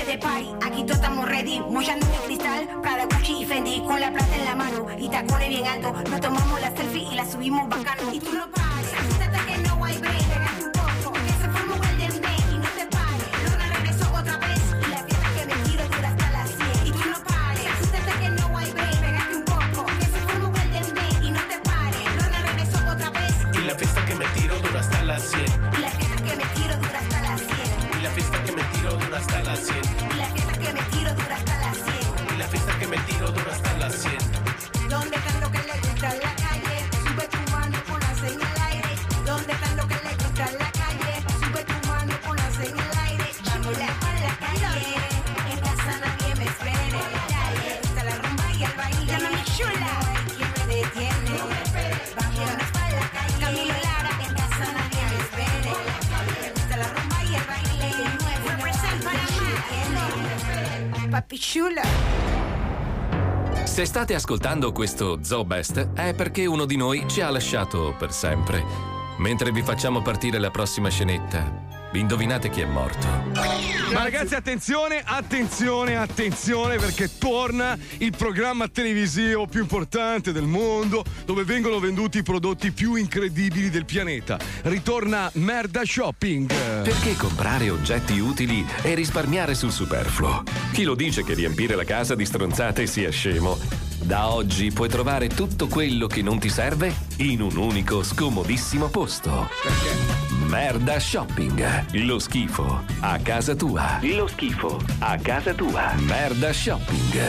de party, aquí todos estamos ready, mochando de cristal, Prada, Gucci y Fendi, con la plata en la mano y tacones bien altos, nos tomamos la selfie y la subimos bacano. Y tú no pares, hasta que no hay break, pégate un poco, que se forma un Golden Bay y no te pares. Luna regresó otra vez y la fiesta que me tiro dura hasta las 100. Y tú no pares, hasta que no hay break, pégate un poco, que se forma un Golden Bay y no te pares. Luna regresó otra vez Y la fiesta que me tiro dura hasta las 100. y la fiesta que me tiro dura hasta las 100. Y la fiesta que me tiro dura hasta las 100. Y la fiesta que me tiro dura hasta las 100. Y la fiesta que me tiro dura hasta las 100. ¿Dónde están los que les gusta la calle? Sube tu mano, ponlas en el aire. ¿Dónde están los que les gusta la calle? Sube tu mano, ponlas en el aire. Vamos para la calle. En casa nadie me espere. Está la rumba y el baile. La mami chula. No hay quien me detiene. Vámonos para la calle. Camilo Lara. En casa nadie me espere. Está la rumba y el baile. El nuevo represent Panamá. Papi chula. Se state ascoltando questo Zoo Best è perché uno di noi ci ha lasciato per sempre. Mentre vi facciamo partire la prossima scenetta, indovinate chi è morto? Ma ragazzi, attenzione, perché torna il programma televisivo più importante del mondo, dove vengono venduti i prodotti più incredibili del pianeta. Ritorna Merda Shopping. Perché comprare oggetti utili e risparmiare sul superfluo? Chi lo dice che riempire la casa di stronzate sia scemo? Da oggi puoi trovare tutto quello che non ti serve in un unico scomodissimo posto. Merda Shopping. Lo schifo a casa tua. Lo schifo a casa tua. Merda Shopping.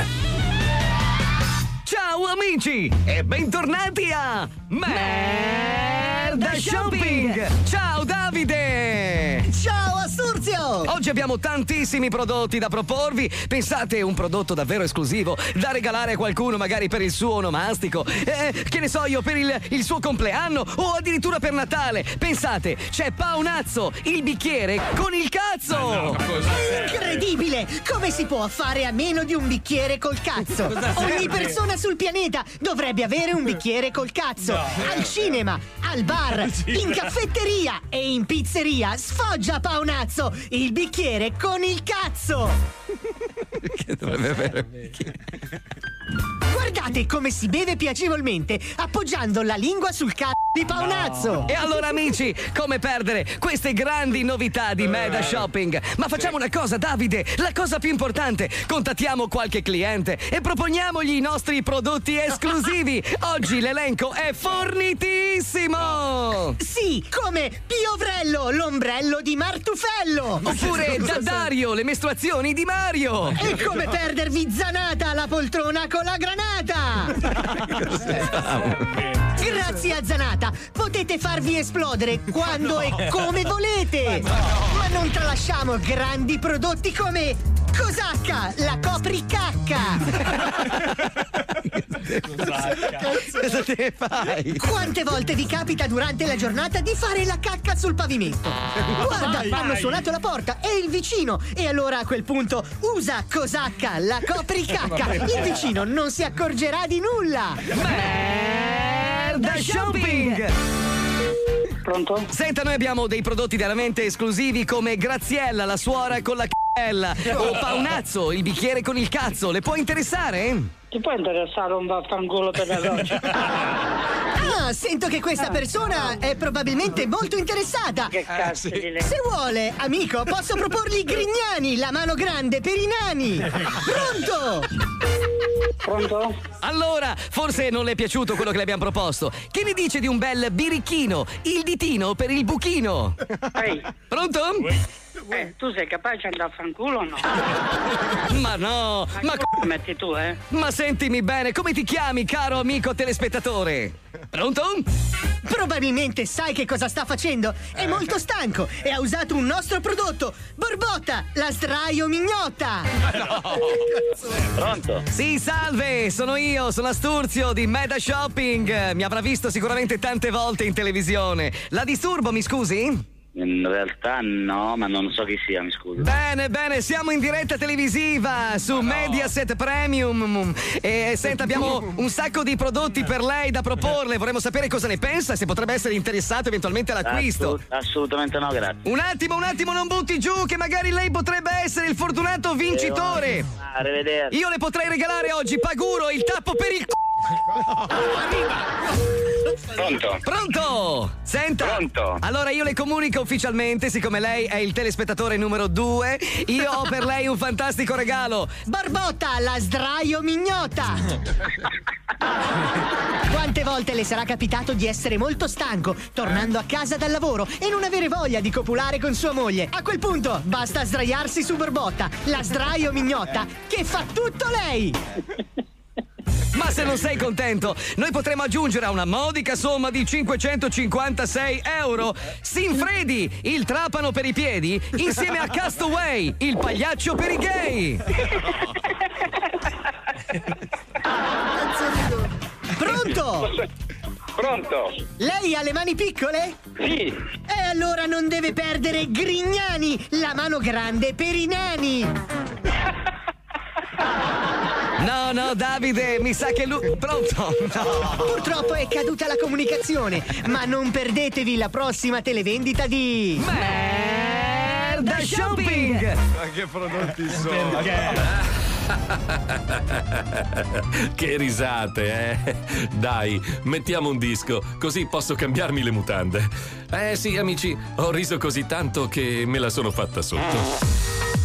Ciao amici e bentornati a Merda Shopping. Ciao Davide. Ciao Asturzio. Oggi abbiamo tantissimi prodotti da proporvi. Pensate, un prodotto davvero esclusivo da regalare a qualcuno, magari per il suo onomastico, che ne so io, per il suo compleanno o addirittura per Natale. Pensate, c'è Paonazzo, il bicchiere con il cazzo. Incredibile! Come si può fare a meno di un bicchiere col cazzo? Ogni persona sul pianeta dovrebbe avere un bicchiere col cazzo. Al cinema, al bar, in caffetteria e in pizzeria sfoggia Paonazzo, il bicchiere con il cazzo. Che dovrebbe avere. Guardate come si beve piacevolmente appoggiando la lingua sul cazzo di Paonazzo. E allora amici, come perdere queste grandi novità di Merda Shopping? Ma facciamo una cosa, Davide, la cosa più importante: contattiamo qualche cliente e proponiamogli i nostri prodotti esclusivi. Oggi l'elenco è fornitissimo. Sì, come Piovrello, l'ombrello di Martufello. Oppure da Dario, le mestruazioni di Mario. E come perdervi Zanata, la poltrona con la granata. Grazie a Zanata potete farvi esplodere quando e come volete. Ma non tralasciamo grandi prodotti come Cosacca, la copricacca. Cosa te fai? Quante volte vi capita durante la giornata di fare la cacca sul pavimento? Guarda, hanno suonato la porta, è il vicino. E allora a quel punto usa Cosacca, la copricacca. Il vicino non si accorgerà di nulla. Merda Shopping. Pronto? Senta, noi abbiamo dei prodotti veramente esclusivi come Graziella, la suora con la c***ella, o Paonazzo, il bicchiere con il cazzo. Le può interessare? Ti può interessare un vaffanculo per la roccia? Ah, sento che questa persona è probabilmente molto interessata. Che cazzo di lei? Se vuole, amico, posso proporgli Grignani, la mano grande per i nani. Pronto? Pronto? Allora, forse non le è piaciuto quello che le abbiamo proposto. Che ne dice di un bel birichino, il ditino per il buchino? Ehi. Pronto? Tu sei capace di andare a fanculo o no? Ma no, ma metti tu, eh? Ma sentimi bene, come ti chiami, caro amico telespettatore? Pronto? Probabilmente sai che cosa sta facendo. È molto stanco e ha usato un nostro prodotto. Borbotta, la sdraio mignotta. Pronto? Sì, salve, sono io, sono Asturzio di Merda Shopping. Mi avrà visto sicuramente tante volte in televisione. La disturbo, mi scusi? In realtà no, ma non so chi sia, mi scusi. Bene, siamo in diretta televisiva su Mediaset Premium e senta, abbiamo un sacco di prodotti per lei da proporle, vorremmo sapere cosa ne pensa, se potrebbe essere interessato eventualmente all'acquisto. Assolutamente no, grazie. Un attimo, non butti giù che magari lei potrebbe essere il fortunato vincitore. Arrivederci. Io le potrei regalare oggi, Paguro, il tappo per il Pronto? Senta. Pronto? Allora io le comunico ufficialmente, siccome lei è il telespettatore numero 2, io ho per lei un fantastico regalo. Barbotta, la sdraio mignota! Quante volte le sarà capitato di essere molto stanco, tornando a casa dal lavoro e non avere voglia di copulare con sua moglie? A quel punto basta sdraiarsi su Barbotta, la sdraio mignota, che fa tutto lei! Ma se non sei contento, noi potremo aggiungere a una modica somma di 556 euro Sinfredi, il trapano per i piedi, insieme a Castaway, il pagliaccio per i gay. Pronto? Pronto? Lei ha le mani piccole? Sì. E allora non deve perdere Grignani, la mano grande per i nani. No, Davide, mi sa che lui... Pronto? No. Purtroppo è caduta la comunicazione, ma non perdetevi la prossima televendita di... Merda Shopping! Ma che prodotti sono? Che risate, eh? Dai, mettiamo un disco, così posso cambiarmi le mutande. Sì, amici, ho riso così tanto che me la sono fatta sotto.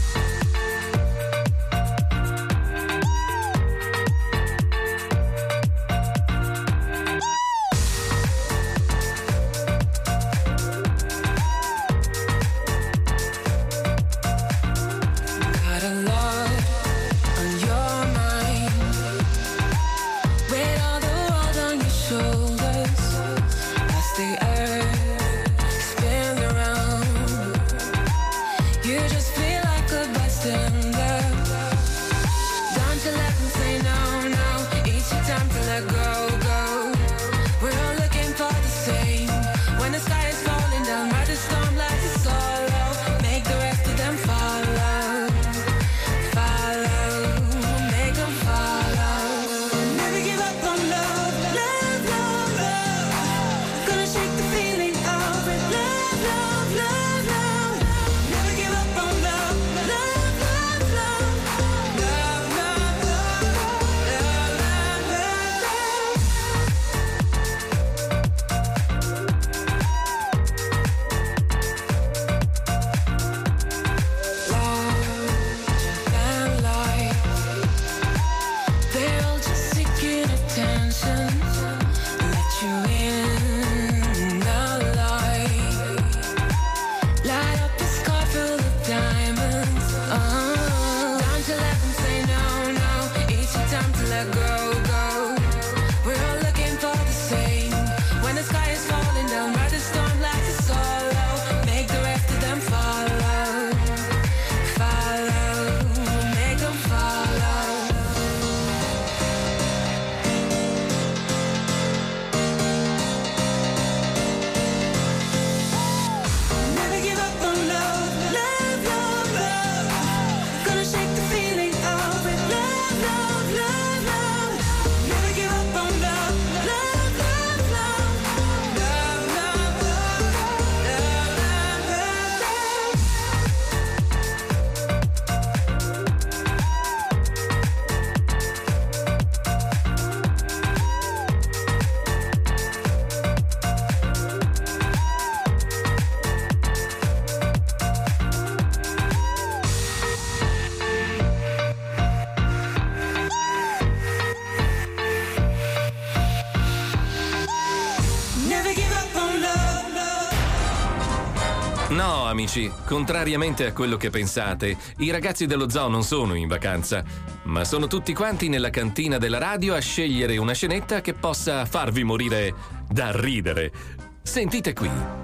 No, amici, contrariamente a quello che pensate, i ragazzi dello zoo non sono in vacanza, ma sono tutti quanti nella cantina della radio a scegliere una scenetta che possa farvi morire da ridere. Sentite qui.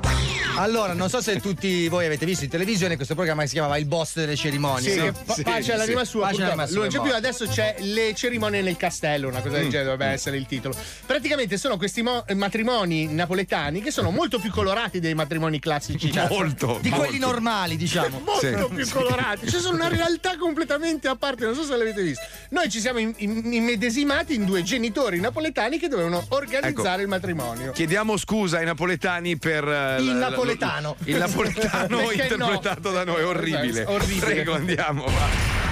Allora, non so se tutti voi avete visto in televisione questo programma che si chiamava Il Boss delle cerimonie. Sì, che pace all'anima sua. Pace all'anima sua, Lui non c'è più, adesso c'è Le cerimonie nel castello, una cosa del genere dovrebbe essere il titolo. Praticamente sono questi matrimoni napoletani che sono molto più colorati dei matrimoni classici. Molto. Di quelli normali, diciamo. Molto più colorati. Cioè sono una realtà completamente a parte, non so se l'avete visto. Noi ci siamo immedesimati in due genitori napoletani che dovevano organizzare il matrimonio. Chiediamo scusa ai napoletani per il napoletano. Il napoletano Perché interpretato da noi, orribile. Prego, andiamo, va.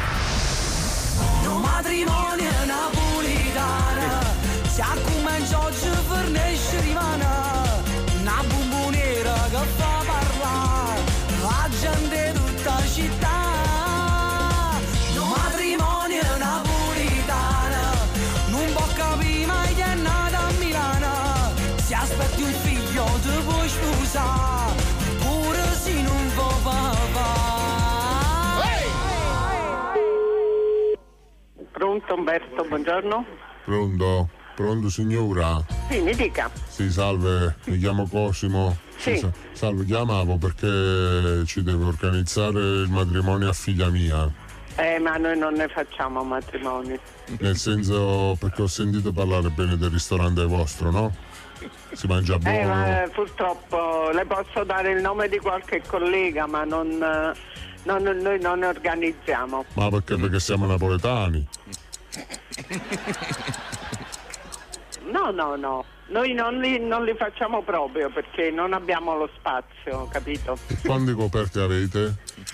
Un matrimonio napoletano, si comincia oggi per nascere rimane, una bomboniera che fa parlare, la gente tutta la città. Un matrimonio napoletano, non può capire mai che è nata a Milano, si aspetti un figlio ti puoi sposare, pure se non va papà. Pronto Umberto, buongiorno. Pronto signora? Sì, mi dica. Sì, salve, mi chiamo Cosimo. Sì. Salve, chiamavo perché ci deve organizzare il matrimonio a figlia mia. Ma noi non ne facciamo matrimoni. Nel senso, perché ho sentito parlare bene del ristorante vostro, no? Si mangia buono. Ma purtroppo le posso dare il nome di qualche collega, ma noi non ne organizziamo. Ma perché siamo napoletani? No. Noi non li facciamo proprio perché non abbiamo lo spazio, capito? E quanti coperti avete?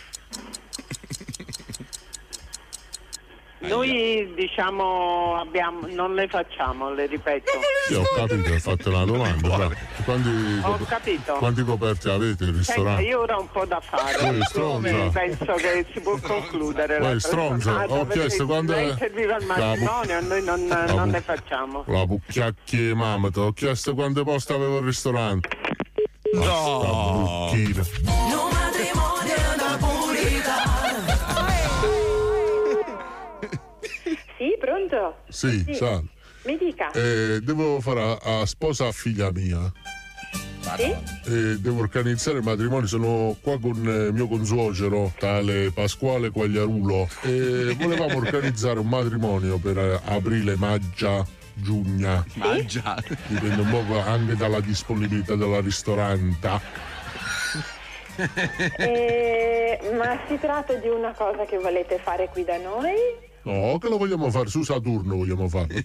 Noi diciamo non le facciamo, le ripeto. Sì, ho capito, ho fatto una domanda. Ho capito. Quanti coperti avete il ristorante? Io ora ho un po' da fare. Stronza. Penso che si può concludere. Poi stronza, ho chiesto quando lei serviva il matrimonio, noi non ne facciamo. La pucchiacchia mamma, ti ho chiesto quante posti aveva il ristorante. No. Un matrimonio napoletano. Sì, pronto? Sì, salve. Mi dica. Devo fare a sposa a figlia mia. Sì? Devo organizzare il matrimonio, sono qua con mio consuocero, tale Pasquale Quagliarulo. Volevamo organizzare un matrimonio per aprile, maggio, giugno. Mangia. Dipende un po' anche dalla disponibilità della ristorante. Ma si tratta di una cosa che volete fare qui da noi? No, che lo vogliamo fare su Saturno, vogliamo fare.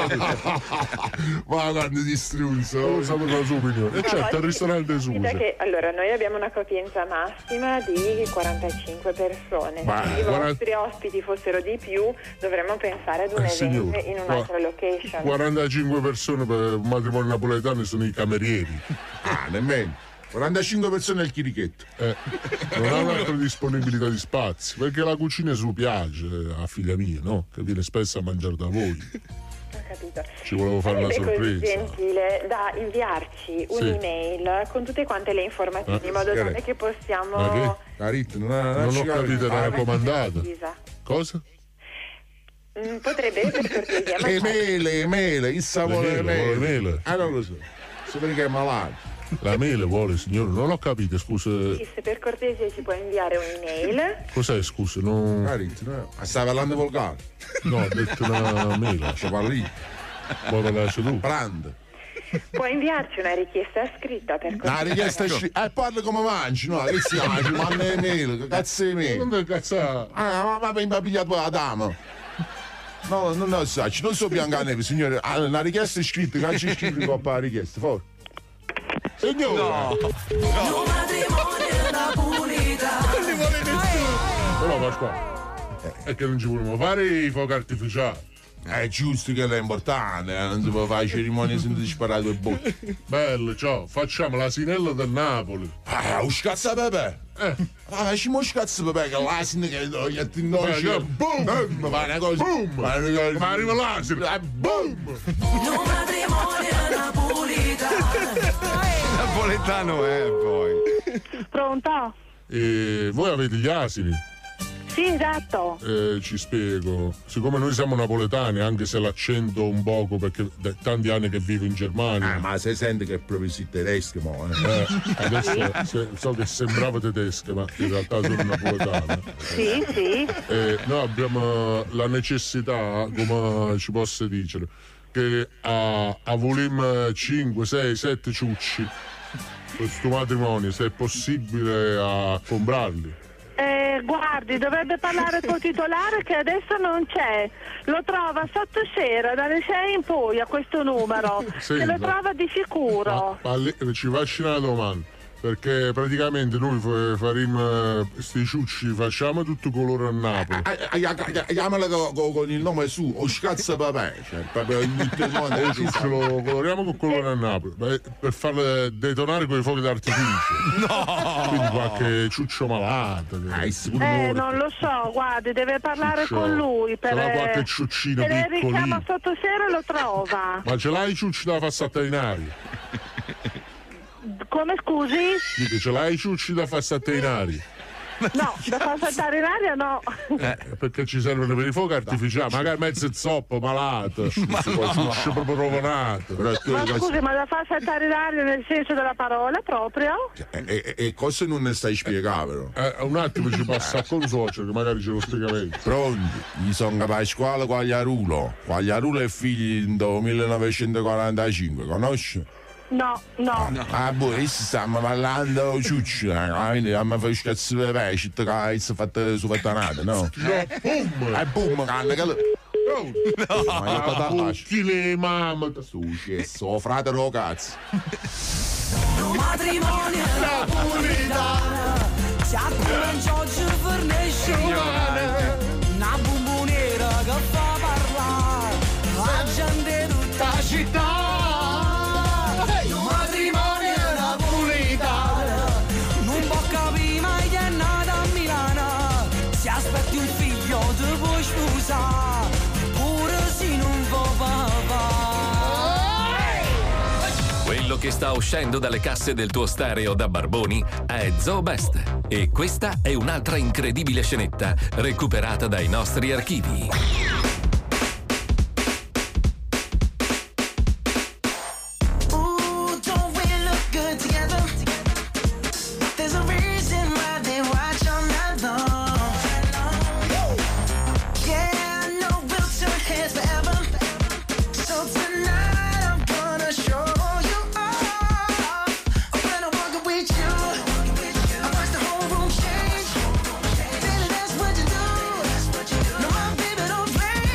Ma guarda di strunzo, sapete la sua opinione. E certo, il ristorante su. Allora, noi abbiamo una capienza massima di 45 persone. Se i vostri ospiti fossero di più, dovremmo pensare ad un evento in un'altra location. 45 persone per un matrimonio napoletano sono i camerieri. Nemmeno. 45 persone al chirichetto. Non ha un'altra disponibilità di spazio, perché la cucina su piace a figlia mia, no? Che viene spesso a mangiare da voi. Ho capito. Ci volevo fare una sorpresa. Così gentile da inviarci un'email con tutte quante le informazioni in modo tale che possiamo. Ma che? Non ho capito, era raccomandata. Cosa? Potrebbe per cortesia. Mele, il sapore mele. Non lo so. So perché è malato. La mele vuole, signore, non ho capito, scusa. Sì, se per cortesia ci può inviare un'email. Cos'è, scusa? Non. Stai parlando volgare? No, ho detto una mela. Ci parli. Poi me la lascio tu. Prende. Può inviarci una richiesta scritta per cortesia. Una richiesta scritta. Parla come mangi, no? Che si mangi? Manna le mele, che cazzo di mele? Non cazzare. Ma mi ha pigliato la dama. No, non lo so, non so biancaneve, signore. Una richiesta scritta, che ci scrivi qua la richiesta, forza. Signore! No. Matrimonio napoletano. Non li vuole nessuno! Però Pasquale, è che non ci vogliamo fare i fuochi artificiali. È giusto che è importante, non si può fare cerimonie senza disparare due botte. Bello, ciao, facciamo l'asinello del Napoli. Un scazzo Pepe! Facciamo un scazzo Pepe, che l'asino che gli attinnoci. Boom! Ma una cosa. Boom! Ma arriva l'asino. Boom! Un matrimonio napoletano. Napoletano è poi. Pronto? Voi avete gli asini? Sì, esatto. Ci spiego. Siccome noi siamo napoletani, anche se l'accento un poco, perché da tanti anni che vivo in Germania. Ma se senti che è proprio si tedesco, mo. Adesso so che sembrava tedesco, ma in realtà sono napoletano. Sì, sì. Noi abbiamo la necessità, come ci posso dire, che a volume 5, 6, 7 ciucci questo matrimonio, se è possibile, a comprarli. Guardi, dovrebbe parlare col titolare che adesso non c'è. Lo trova sottasera dalle 6 in poi a questo numero. Sì, Se lo trova di sicuro. Ma ci faccio una domanda. Perché praticamente noi faremo sti ciucci, facciamo tutto colore a Napoli. Chiamala con il nome su, o scazza papà. Cioè, proprio in tutto il mondo. Il ciuccio lo coloriamo con colore a Napoli. Per farle detonare con i fuochi d'artificio. No! Quindi qualche ciuccio malato. Non lo so, guardi, deve parlare con lui. Per qualche ciuccino se le piccolino. richiama sottasera lo trova. Ma ce l'hai i ciucci da far saltarinari? Come scusi? Dico, ce l'hai i ciucci da far saltarinari? No, da far saltare in aria no. Perché ci servono per i fuochi artificiali, magari mezzo zoppo, malato, ciuccio proprio rovinato. Ma scusi, ma da far saltare in aria nel senso della parola proprio? E cosa non ne stai spiegando? Un attimo ci passa con suocero che magari ce lo spiega meglio. Pronti? Gli sono Pasquale Quagliarulo. Quagliarulo è figlio del 1945, conosci? No. Ah, boh, stiamo parlando ciucci, quindi mi fai scazzo per pesce, che si fatta su fattanata, no? Boom, canna che... No, chi le mamma? Successo, fratello cazzo. Matrimonio napolitano, si accominciò a fornisce una bomboniera che fa parlare la gente tutta la città. Matrimonio napolitano, non può capire mai che è nata a Milano, si aspetti un figlio ti puoi sposare, pure se non va papà. Quello che sta uscendo dalle casse del tuo stereo da Barboni è Zoo Best. E questa è un'altra incredibile scenetta recuperata dai nostri archivi. Baby, don't play.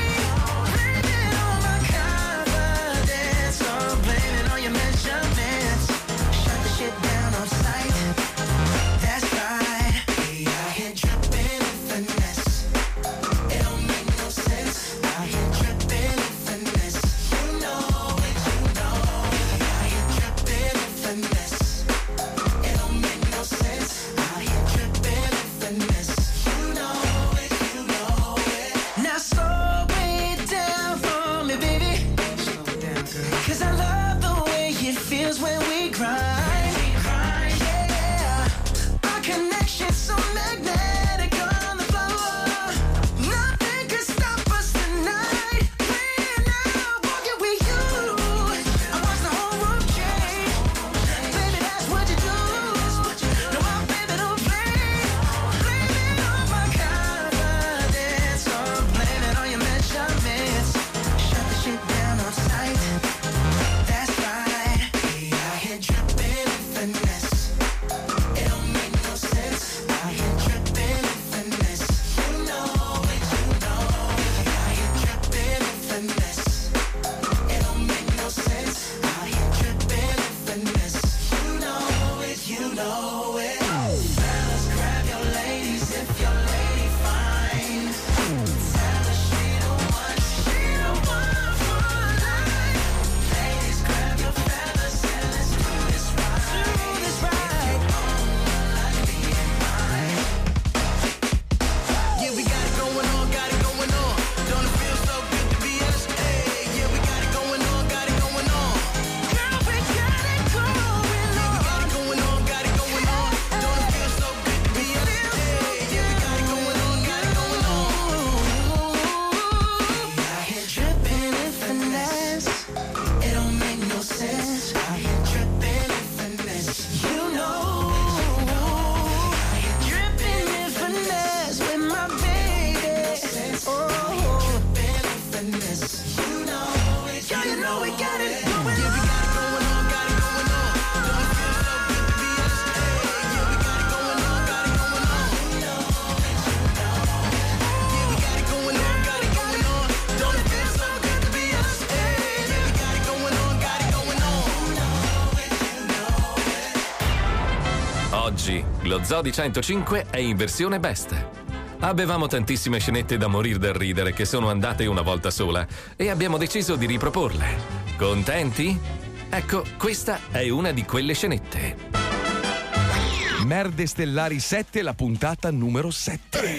Lo Zoo di 105 è in versione best. Avevamo tantissime scenette da morir del ridere che sono andate una volta sola e abbiamo deciso di riproporle. Contenti? Ecco, questa è una di quelle scenette. Merde Stellari 7, la puntata numero 7.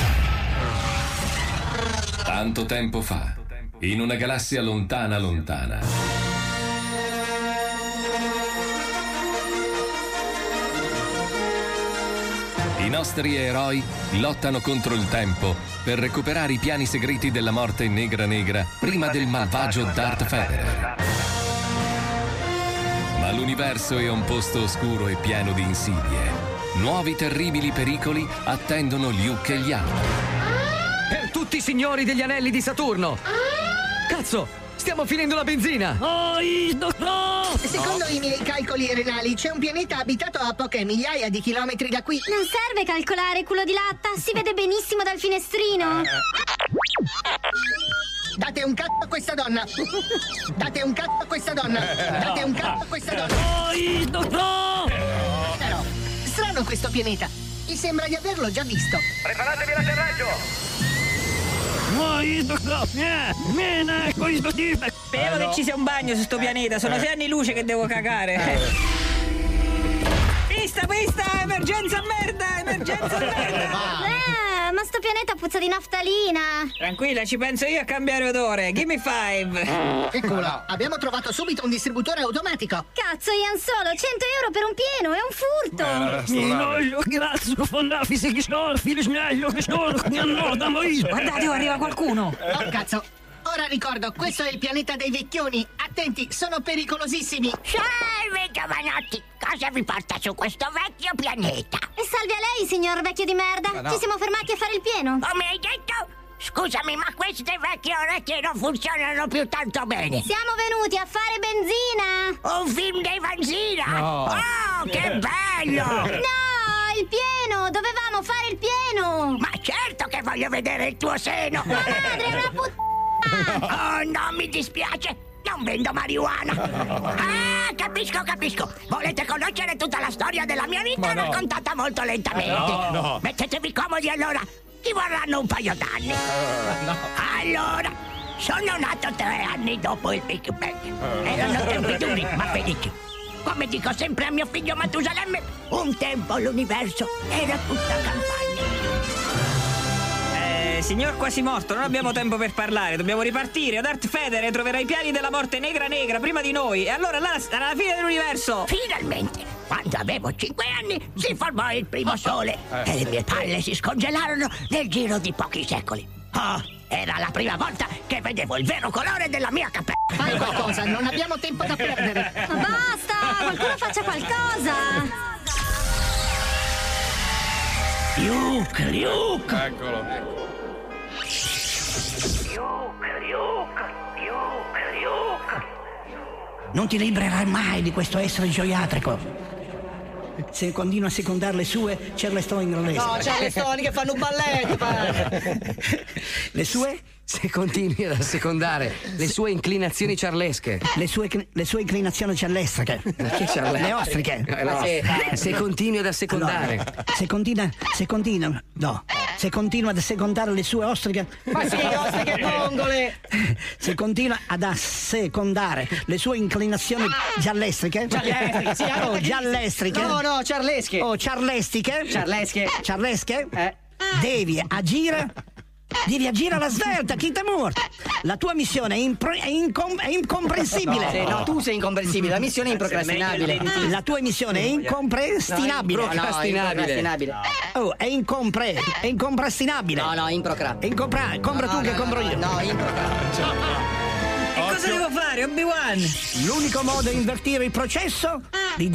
Tanto tempo fa, in una galassia lontana lontana, i nostri eroi lottano contro il tempo per recuperare i piani segreti della morte negra negra prima del malvagio Darth Vader. Ma l'universo è un posto oscuro e pieno di insidie. Nuovi terribili pericoli attendono Luke e gli altri. Per tutti i signori degli anelli di Saturno! Cazzo! Stiamo finendo la benzina! Secondo i miei calcoli renali c'è un pianeta abitato a poche migliaia di chilometri da qui. Non serve calcolare, culo di latta, si vede benissimo dal finestrino. Date un cazzo a questa donna! Date un cazzo a questa donna! Date un cazzo a questa donna! Però, strano questo pianeta. Mi sembra di averlo già visto. Preparatevi all'atterraggio! Spero che ci sia un bagno su sto pianeta, sono 6 anni luce che devo cagare. Pista, emergenza merda, emergenza merda. Ma sto pianeta puzza di naftalina. Tranquilla, ci penso io a cambiare odore. Gimme 5. Eccola, abbiamo trovato subito un distributore automatico. Cazzo, Ian, solo 100 euro per un pieno, è un furto. Guardate, arriva qualcuno. Oh, cazzo. Ora ricordo, questo è il pianeta dei vecchioni. Attenti, sono pericolosissimi. Salve, giovanotti. Cosa vi porta su questo vecchio pianeta? E salve a lei, signor vecchio di merda. No. Ci siamo fermati a fare il pieno. Come hai detto? Scusami, ma queste vecchie orecchie non funzionano più tanto bene. Siamo venuti a fare benzina. Un film dei Vanzina? No. Oh, che bello! No, il pieno, dovevamo fare il pieno. Ma certo che voglio vedere il tuo seno. La madre è una puttana. Oh, no, mi dispiace. Non vendo marijuana. Ah, capisco. Volete conoscere tutta la storia della mia vita raccontata molto lentamente? No. Mettetevi comodi allora. Ci vorranno un paio d'anni. Allora, sono nato 3 anni dopo il Big Bang. Erano tempi duri, ma felici. Come dico sempre a mio figlio Matusalemme, un tempo l'universo era tutta campagna. Signor quasi morto, non abbiamo tempo per parlare, dobbiamo ripartire. Darth Vader troverà i piani della morte negra prima di noi. E allora là sarà la fine dell'universo. Finalmente, quando avevo 5 anni, si formò il primo sole e le mie palle si scongelarono nel giro di pochi secoli. Oh, era la prima volta che vedevo il vero colore della mia cappella. Fai qualcosa, non abbiamo tempo da perdere. Ma basta, qualcuno faccia qualcosa. Luke. Eccolo. Non ti libererai mai di questo essere gioiatrico. Se continua a secondare le sue Charleston inglesi. No, Charleston che fanno un balletto, padre. Le sue? Se continui ad assecondare le sue inclinazioni ciarlesche. Le sue inclinazioni ciarlestriche. Che ciarlesche? Le ostriche. No. Se continui ad assecondare. Allora, se continua ad assecondare le sue ostriche. Ma sì, ostriche vongole. Se continua ad assecondare le sue inclinazioni giallestriche. Giallestriche, sì, giallestriche. No, ciarlesche. O ciarlestiche. Ciarlesche. Devi agire alla svelta, Kitamur. La tua missione è incomprensibile. No, tu sei incomprensibile, la missione è improcrastinabile. La tua missione è incomprenstinabile. Improcrastinabile. Oh, è incomprenstinabile. No, compra tu che compro io. No, E cosa devo fare, Obi-Wan? L'unico modo è invertire il processo di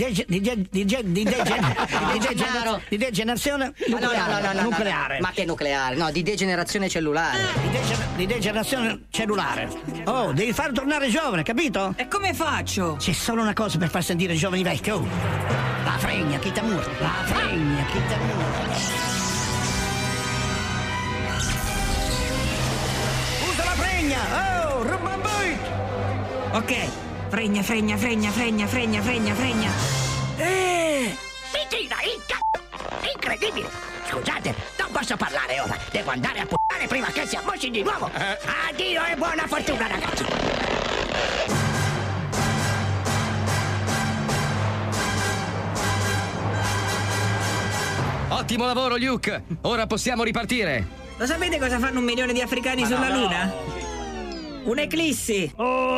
degenerazione nucleare. Ma che nucleare? No, di degenerazione cellulare. Di degenerazione cellulare. Oh, devi far tornare giovane, capito? E come faccio? C'è solo una cosa per far sentire giovani vecchi. Oh. La fregna, Kitamur. Usa la fregna! Oh, rubambui! Ok, fregna. Mi tira il c***o! incredibile. Scusate, non posso parlare ora. Devo andare a puttane prima che si ammosci di nuovo. Addio e buona fortuna, ragazzi. Ottimo lavoro, Luke. Ora possiamo ripartire. Lo sapete cosa fanno 1 milione di africani sulla Luna? Un'eclissi.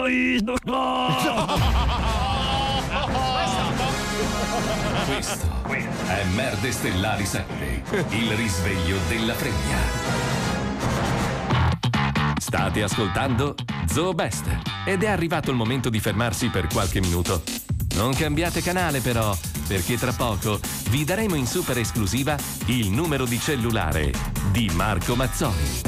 Questo è Merde Stellari 7, il risveglio della fregna. State ascoltando Zoo Best ed è arrivato il momento di fermarsi per qualche minuto. Non cambiate canale però, perché tra poco vi daremo in super esclusiva il numero di cellulare di Marco Mazzoli.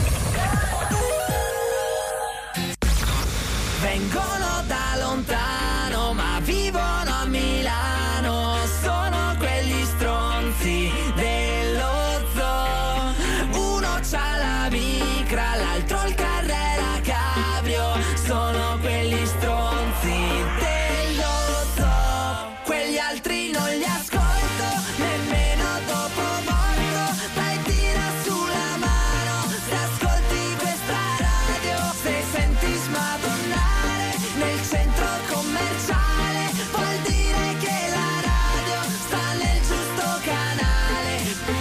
Vengono da lontano ma vivono a Milano, sono quegli stronzi dello zoo. Uno c'ha la micra, l'altro il Carrera Cabrio, sono quegli stronzi dello zoo. Quegli altri non li ascolto, nemmeno dopo morto. Dai, tira sulla mano, se ascolti questa radio, se senti smadonnare nel centro commerciale, vuol dire che la radio sta nel giusto canale.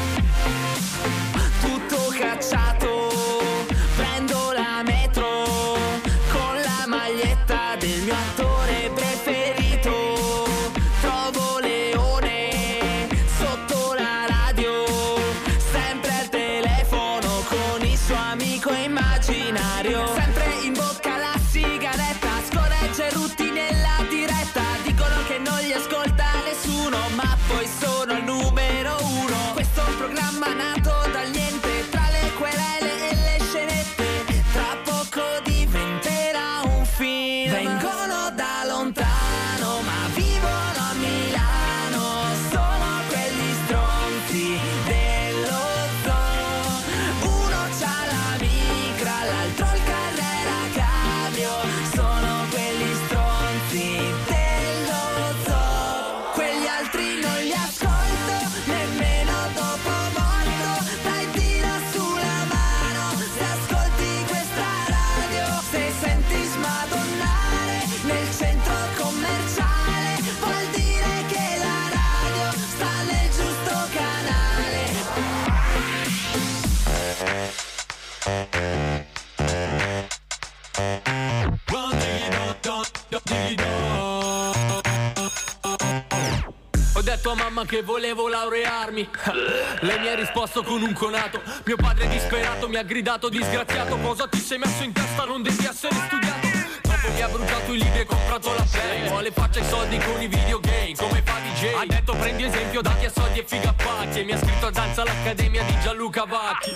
Tutto cacciato, prendo la metro con la maglietta del mio attore preferito. Trovo Leone sotto la radio, sempre al telefono con il suo amico immaginario. Sempre in bocca la sigaretta, scorregge Rutti nella diretta. Dicono che non li ascolta nessuno, ma poi sono il numero 1. Questo programma nato dal niente, tra le querele e le scenette, tra poco diventerà un film. Vengono da lontano ma vivono a Milano, sono quegli stronzi dello zoo. Uno c'ha la micra, l'altro il Carrera Cabrio, sono quegli stronzi dello zoo. Quegli altri non li ascolto, nemmeno dopo morto. Dai, tira sulla mano, se ascolti questa radio, se senti smadonnare nel centro commerciale, vuol dire che la radio sta nel giusto canale. Ho detto a mamma che volevo laurearmi. Lei mi ha risposto con un conato. Mio padre disperato mi ha gridato: disgraziato, cosa ti sei messo in testa? Non devi essere studiato. Dopo mi ha bruciato i libri e comprato la Play. Vuole faccia i soldi con i videogame, come fa DJ. Ha detto prendi esempio da chi ha soldi e figa pacchi, e mi ha scritto a danza all'Accademia di Gianluca Vacchi.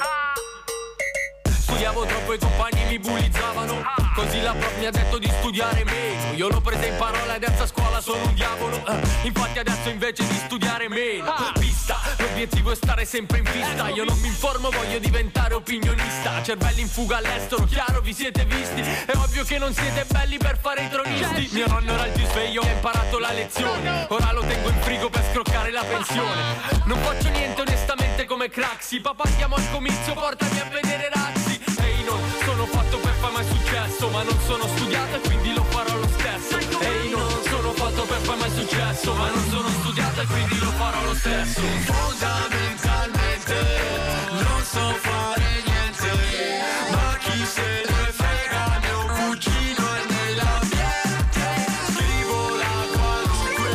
Studiavo troppo e i compagni mi bullizzavano, così la prof mi ha detto di studiare meno. Io l'ho presa in parola e adesso a scuola sono un diavolo. Infatti adesso invece di studiare meno, pista, l'obiettivo è stare sempre in pista. Io non mi informo, voglio diventare opinionista. Cervelli in fuga all'estero, chiaro, vi siete visti. È ovvio che non siete belli per fare i tronisti. Mio nonno era il più sveglio, ha imparato la lezione. Ora lo tengo in frigo per scroccare la pensione. Non faccio niente onestamente come Craxi. Papà, andiamo al comizio, portami a vedere Razzi. Ehi, non sono fatto per far mai successo, ma non sono studiato e quindi lo farò lo stesso. Ehi, non sono fatto per far mai successo, ma non sono studiato e quindi lo farò lo stesso. Fondamentalmente non so fare niente, ma chi se ne frega, mio cugino è nell'ambiente. Scrivo la qualunque,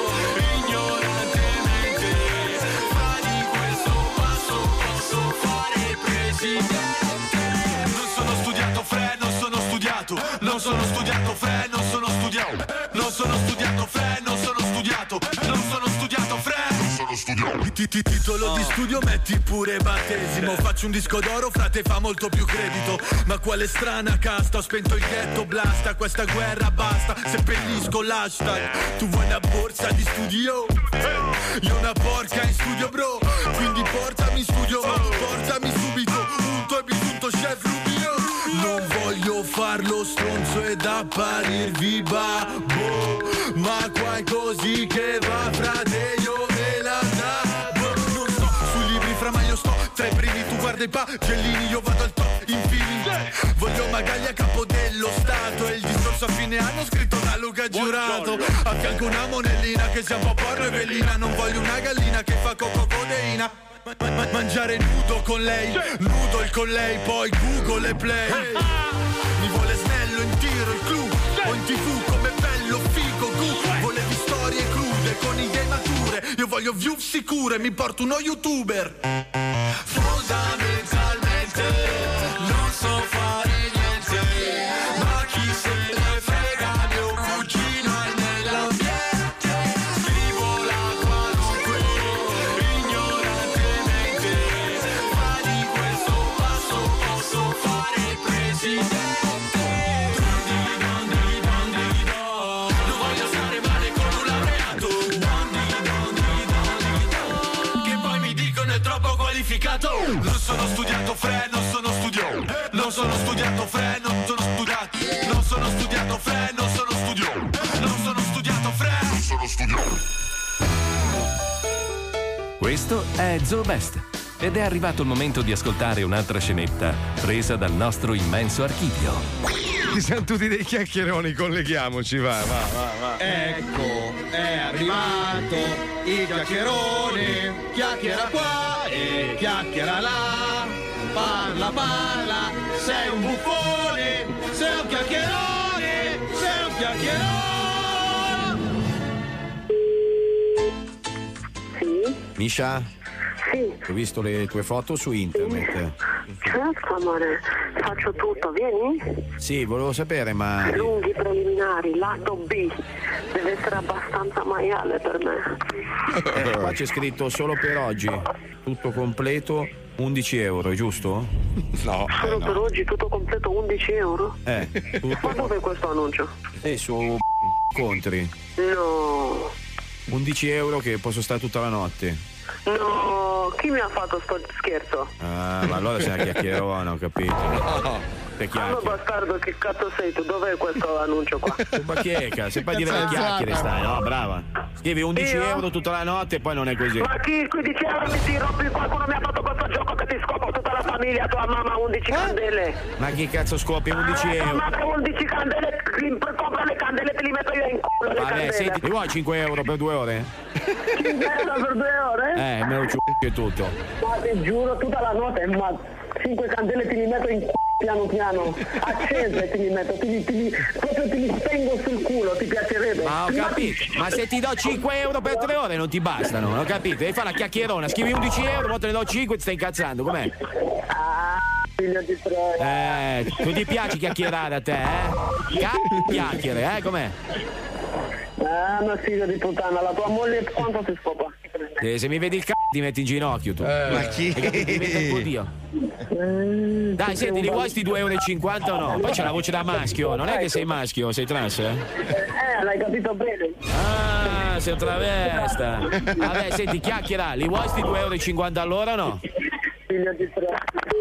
ignorantemente, ma di questo passo posso fare il presidente. Non sono studiato, Fre, non sono studiato. Non sono studiato, Fre, non sono studiato. Non sono studiato, Fre, non sono studiato. Non sono studiato, Fre, non sono studiato. Titolo di studio metti pure battesimo. Faccio un disco d'oro, frate, fa molto più credito. Ma quale strana casta, ho spento il ghetto blasta. Questa guerra basta, seppellisco l'hashtag. Tu vuoi una borsa di studio? Io una porca in studio, bro. Quindi portami in studio, portami subito. Punto e bisunto, chef Rubio. Non voglio farlo stronzo ed apparirvi babbo, ma qua è così che va, frate, io me la davo. Non so dei pagellini, io vado al top in feeling. Voglio magari a capo dello Stato e il discorso a fine anno scritto da Luca Giurato. A fianco una monellina che sia un po' porno e velina. Non voglio una gallina che fa codeina. Mangiare nudo con lei, noodle con lei, poi Google e Play. Mi vuole snello in tiro il clou, o in TV come bello figo gu. Volevi storie crude con idee mature, io voglio view sicure, mi porto uno youtuber. Fondamentalmente non so fare niente, ma chi se ne frega, mio cugino è nell'ambiente. Scrivo la qualunque, ignorantemente, ma di questo passo posso fare il presidente. Non voglio stare male con un laureato, che poi mi dicono è troppo qualificato. Non sono studiato Fre, non sono studiato. Non sono studiato Fre, non sono studiato. Non sono studiato Fre, non sono studiato. Non sono studiato Fre, non sono studiato. Questo è Zoo Best ed è arrivato il momento di ascoltare un'altra scenetta presa dal nostro immenso archivio. Siamo tutti dei chiacchieroni, colleghiamoci, va. Ecco, è arrivato il chiacchierone, chiacchiera qua e chiacchiera là. Parla, sei un buffone, sei un chiacchierone, sei un chiacchierone. Sì? Misha? Sì. Ho visto le tue foto su internet. Certo, amore, faccio tutto, vieni? Sì, volevo sapere, ma... Lunghi preliminari, lato B. Deve essere abbastanza maiale per me. Qua c'è scritto solo per oggi. Tutto completo, 11 euro, è giusto? No. Solo per oggi, tutto completo, 11 euro? Tutto... Ma dov'è questo annuncio? Su Contri. No. 11 euro che posso stare tutta la notte. No, chi mi ha fatto sto scherzo? Ah, ma allora sei una chiacchierona, ho capito. Allora bastardo, che cazzo sei tu? Dov'è questo annuncio qua? Ma che cazzo? Se poi dire le chiacchiere stai, no? Brava. Scrivi 11 euro tutta la notte e poi non è così. Ma chi 15 euro mi ti rompi? Qualcuno mi ha fatto questo gioco che ti scopo tutta la famiglia, tua mamma 11 candele. Ma chi cazzo scopi 11 euro? Ma 11 candele, compra le candele, te li metto io in culo le candele. Senti, mi vuoi 5 euro per 2 ore? 5 euro per 2 ore? Me lo e tutto. Ma ti giuro tutta la notte, ma 5 candele te li metto in culo piano, accese te li metto, proprio te li spengo sul culo, ti piacerebbe? Ma ho capito, ma se ti do 5 euro per 3 ore non ti bastano, ho capito? Devi fare la chiacchierona, scrivi 11 euro, poi te ne do 5 e ti stai incazzando, com'è? Figlio di tre. Non ti piace chiacchierare a te, chiacchiere, com'è? Ma figlio di puttana, la tua moglie quanto ti scopa? Se mi vedi il ti metti in ginocchio tu. Ma chi? Diventa un po' Dio. Dai, senti, li vuoi sti 2,50 euro o no? Poi c'è la voce da maschio, non è che sei maschio, sei trans, l'hai capito bene. Ah, sei travesta. Vabbè, senti, chiacchiera, li vuoi sti 2,50 euro all'ora o no? Figlio di tre.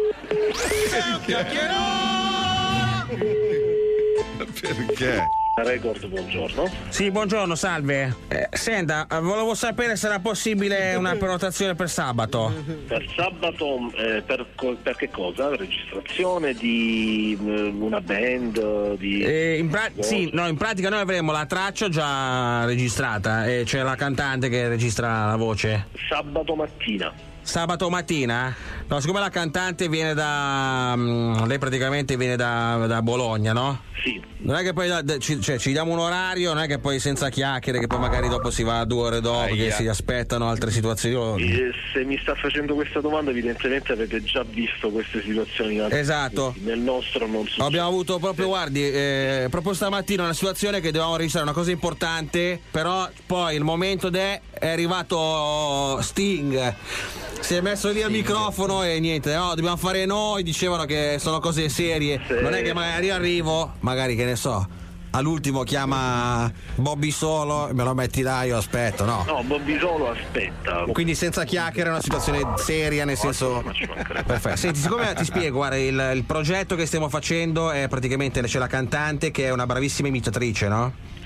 Perché? Record, buongiorno. Sì, buongiorno, salve. Senta, volevo sapere se era possibile una prenotazione per sabato. Per sabato, per che cosa? Registrazione di una band? In pratica noi avremo la traccia già registrata e c'è la cantante che registra la voce. Sabato mattina. Sabato mattina? No, siccome la cantante viene lei praticamente viene da Bologna, no? Sì. Non è che poi ci diamo un orario, non è che poi senza chiacchiere, che poi magari dopo si va 2 ore dopo, che si aspettano altre situazioni. Se mi sta facendo questa domanda, evidentemente avete già visto queste situazioni. Esatto. Nel nostro non succede. Abbiamo avuto proprio, proprio stamattina una situazione che dovevamo registrare una cosa importante, però poi il momento è arrivato Sting. Si è messo lì al microfono e niente, no, dobbiamo fare noi, dicevano che sono cose serie, non è che magari arrivo, magari che ne so, all'ultimo chiama Bobby Solo e me lo metti là, io aspetto, no? No, Bobby Solo aspetta. Quindi senza chiacchiere, è una situazione seria, nel senso... Perfetto. Senti, siccome ti spiego, guarda, il progetto che stiamo facendo è praticamente, c'è la cantante che è una bravissima imitatrice, no?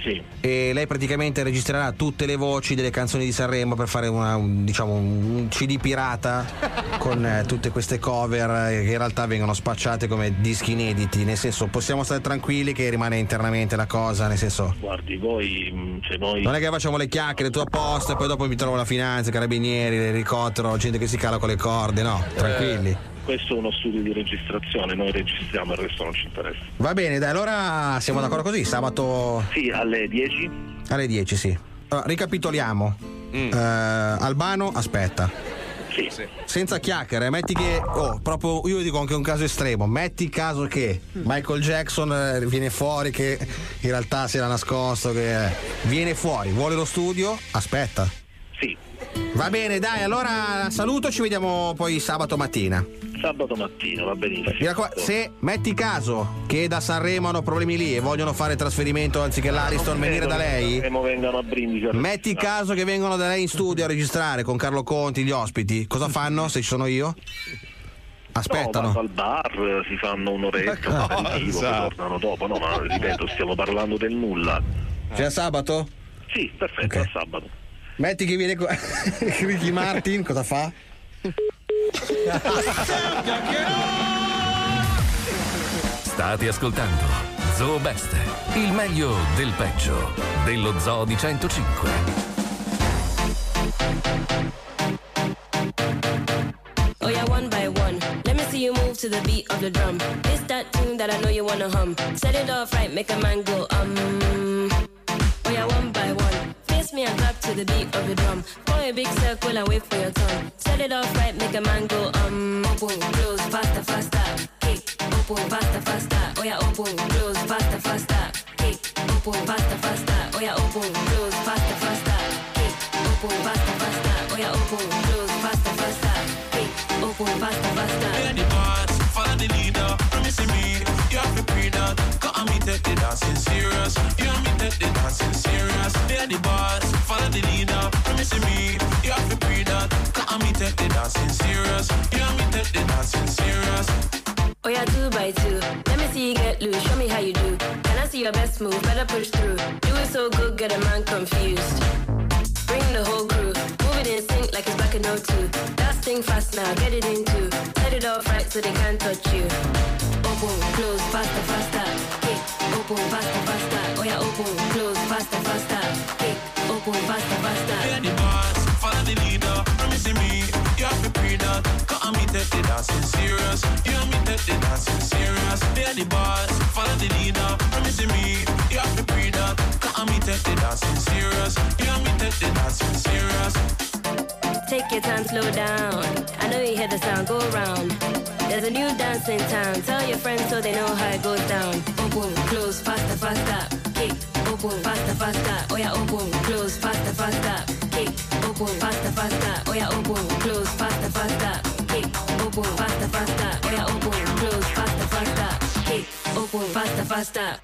Sì. E lei praticamente registrerà tutte le voci delle canzoni di Sanremo per fare un CD pirata con tutte queste cover che in realtà vengono spacciate come dischi inediti. Nel senso, possiamo stare tranquilli che rimane internamente la cosa, nel senso. Guardi, voi, noi. Non è che facciamo le chiacchiere tu a posto e poi dopo mi trovo la finanza, i carabinieri, l'elicottero, gente che si cala con le corde, no, tranquilli. Questo è uno studio di registrazione, noi registriamo, il resto non ci interessa. Va bene, dai, allora siamo d'accordo così, sabato. Sì, alle 10. Alle 10, sì. Allora, ricapitoliamo. Albano, aspetta. Sì. Senza chiacchiere, metti che. Proprio io dico anche un caso estremo. Metti caso che Michael Jackson viene fuori, che in realtà si era nascosto, che viene fuori, vuole lo studio, aspetta. Sì. Va bene, dai, allora saluto, ci vediamo poi sabato mattina. Sabato mattina, va benissimo. Se metti caso che da Sanremo hanno problemi lì e vogliono fare trasferimento anziché l'Ariston venire da lei, vengano a Brindisi. Metti caso che vengono da lei in studio a registrare con Carlo Conti, gli ospiti, cosa fanno se ci sono io? Aspettano. No, vanno al bar, si fanno un'oretta, aperitivo, poi tornano dopo. No, ma ripeto, stiamo parlando del nulla. C'è a sabato? Sì, perfetto, a sabato. Metti che viene Ricky Martin, cosa fa? State ascoltando Zoo Best, il meglio del peggio dello Zoo di 105. Oh yeah, one by one. Let me see you move to the beat of the drum. It's that tune that I know you wanna hum. Set it off right, make a man go Oh yeah, one by one. Face me and clap to the beat of the drum. Pour a big circle and wait for your turn. Set it off right, make a man go Open, close, faster, faster. Kick, open, faster, faster. Oh yeah, open, close, faster, faster. Kick, open, faster, faster. Oh yeah, open, close, faster, faster. Kick, open, faster, faster. Oh yeah, open, close, faster, faster. Kick, open, faster, faster. Hear the boss, follow the leader. Promising me, you have to pre that. Cause me take the dancing serious. You and me take the dancing serious. Hear the boss, follow the leader. Promising me, you have to pre that. Cause me take the dancing serious. You and me take the dancing serious. Oh yeah, 2 by 2. Let me see you get loose, show me how you do. Can I see your best move? Better push through. Do it so good, get a man confused. Bring the whole crew, move it in sync like it's back in 02. That thing fast now, get it in two. Set it off right so they can't touch you. Open, close, faster, faster. Kick, open, faster, faster. Oh yeah, open, close, faster, faster. Kick, open, faster, faster. Hear the boss, follow the leader. Promising me, you have to pre that. Cause me take the dancing serious. You and me take the dancing serious. Hear the boss, follow the leader. Promising me, you have to pre that. Cause me take the dancing serious. You and me take the dancing serious. Take your time, slow down. I know you hear the sound, go around. There's a new dance in town. Tell your friends so they know how it goes down. Open, close, faster, faster. Kick, open, faster, faster. Oh yeah, open, close, faster, faster. Kick, open, faster, faster. Oh yeah, open, close, faster, faster. Kick, open, faster, faster. Oh yeah, open, close, faster, faster. Kick, open, faster, faster.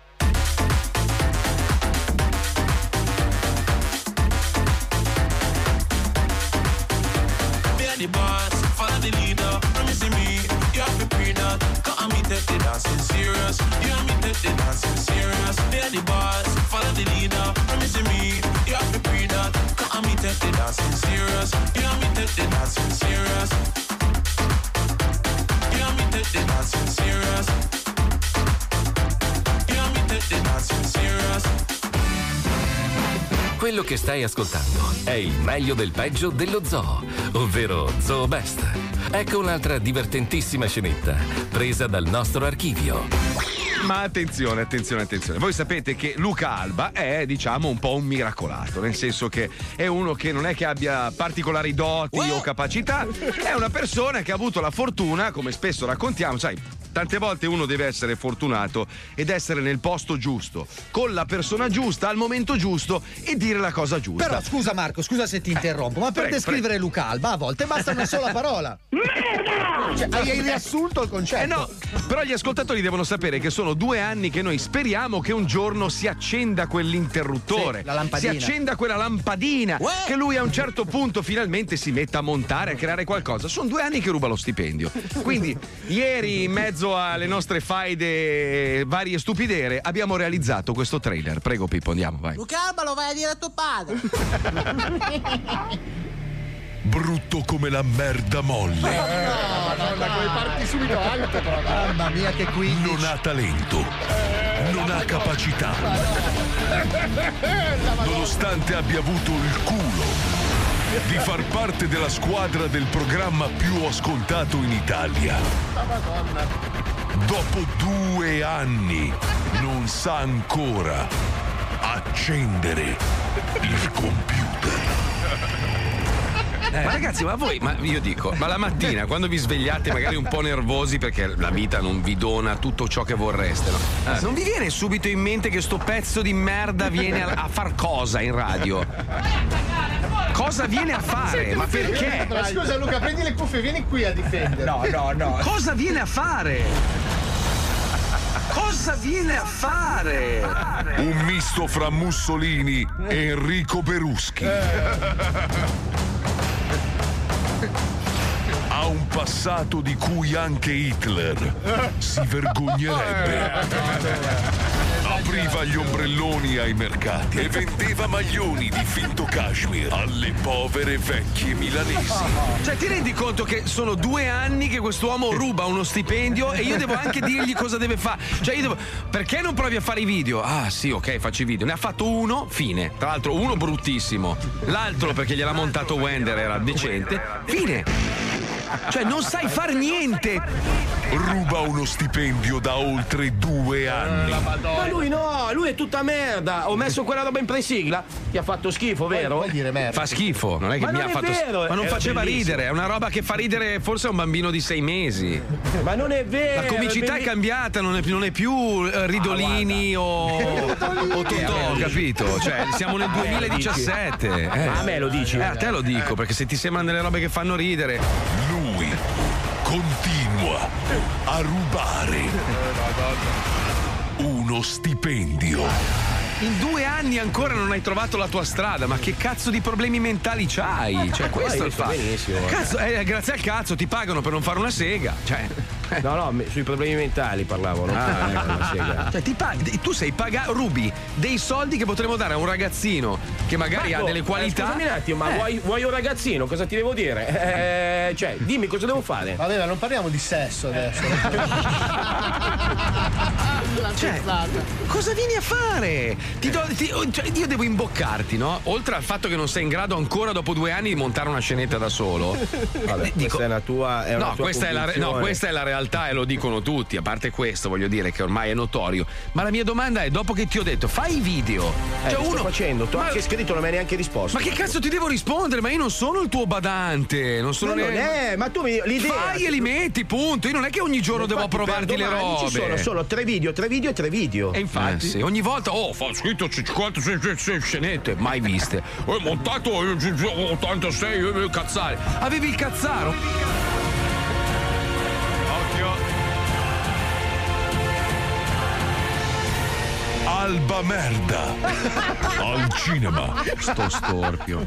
The boss, follow the leader. Promising me, you have to pre that. Cause me take the dancing serious. You and me take the dancing serious. They're the boss, follow the leader. Promising me, you have to pre that. Cause me take the dancing serious. You and me take the dancing serious. You and me take the dancing serious. You and me take the dancing serious. Quello che stai ascoltando è il meglio del peggio dello zoo, ovvero Zoo Best. Ecco un'altra divertentissima scenetta presa dal nostro archivio. Ma attenzione. Voi sapete che Luca Alba è, diciamo, un po' un miracolato, nel senso che è uno che non è che abbia particolari doti o capacità, è una persona che ha avuto la fortuna, come spesso raccontiamo, sai. Tante volte uno deve essere fortunato ed essere nel posto giusto, con la persona giusta, al momento giusto e dire la cosa giusta. Però scusa Marco, scusa se ti interrompo, ma per descrivere Luca Alba a volte basta una sola parola. Cioè, hai riassunto il concetto. No, però gli ascoltatori devono sapere che sono 2 anni che noi speriamo che un giorno si accenda quell'interruttore, sì, la lampadina. Si accenda quella lampadina, che lui a un certo punto finalmente si metta a montare, a creare qualcosa. Sono 2 anni che ruba lo stipendio. Quindi ieri in mezzo mezzo alle nostre faide varie stupidere, abbiamo realizzato questo trailer. Prego Pippo, andiamo, vai. Luca Alba lo vai a dire a tuo padre. Brutto come la merda molle. Madonna, come parti subito alto. Mamma mia, che qui. Non ha talento. Non ha capacità. Nonostante abbia avuto il culo di far parte della squadra del programma più ascoltato in Italia. Dopo 2 anni non sa ancora accendere il computer. Ma ragazzi, ma io dico, ma la mattina quando vi svegliate magari un po' nervosi perché la vita non vi dona tutto ciò che vorreste, no? Non vi viene subito in mente che sto pezzo di merda viene a far cosa in radio? Cosa viene a fare? Ma perché? Ma scusa Luca, prendi le cuffie, vieni qui a difendere. No. Cosa viene a fare? Cosa viene a fare? Un misto fra Mussolini e Enrico Beruschi. Ha un passato di cui anche Hitler si vergognerebbe. Apriva gli ombrelloni ai mercati e vendeva maglioni di finto cashmere alle povere vecchie milanesi. Cioè, ti rendi conto che sono 2 anni che quest'uomo ruba uno stipendio e io devo anche dirgli cosa deve fare? Cioè, perché non provi a fare i video? Ah, sì, ok, faccio i video. Ne ha fatto uno, fine. Tra l'altro, uno bruttissimo. L'altro, perché gliel'ha montato Wender, era decente. Fine. Cioè, non sai far niente. Ruba uno stipendio da oltre 2 anni. Ma lui no, lui è tutta merda. Ho messo quella roba in presigla. Ti ha fatto schifo, vero? Puoi dire merda. Fa schifo, non è che Ma mi non ha è fatto vero, ma non era faceva bellissimo. ridere, è una roba che fa ridere forse a un bambino di 6 mesi. Ma non è vero. La comicità è cambiata, non è più Ridolini o Totò, capito? Cioè, siamo nel 2017. A me lo dici? A te lo dico, perché se ti sembrano delle robe che fanno ridere. Lui continua a rubare uno stipendio. In 2 anni ancora non hai trovato la tua strada, ma che cazzo di problemi mentali c'hai? Cioè, questo è il fatto. Cazzo, grazie al cazzo ti pagano per non fare una sega. Cioè. No, sui problemi mentali parlavo, no? Una sega. Cioè, tu sei pagato, rubi dei soldi che potremmo dare a un ragazzino che magari ha delle qualità. Scusami un attimo, ma vuoi un ragazzino? Cosa ti devo dire? Cioè, dimmi cosa devo fare. Vabbè, ma non parliamo di sesso adesso. Cioè, cosa vieni a fare? Cioè, io devo imboccarti, no? Oltre al fatto che non sei in grado ancora dopo 2 anni di montare una scenetta da solo. Vabbè, questa è una tua. Questa è la realtà e lo dicono tutti. A parte questo, voglio dire che ormai è notorio. Ma la mia domanda è: dopo che ti ho detto, fai i video. Cioè, uno sto facendo, tu hai anche scritto, non mi hai neanche risposto. Ma che cazzo ti devo rispondere? Ma io non sono il tuo badante. Non sono ma tu l'idea. Fai e li metti, punto. Io non è che ogni giorno devo approvarti le robe. Ci sono solo 3 video e 3 video. E infatti, sì, ogni volta fa scritto 56 scenette, mai viste. Ho montato 86 cazzare. Avevi il cazzaro? Occhio. Alba merda al cinema. Sto storpio.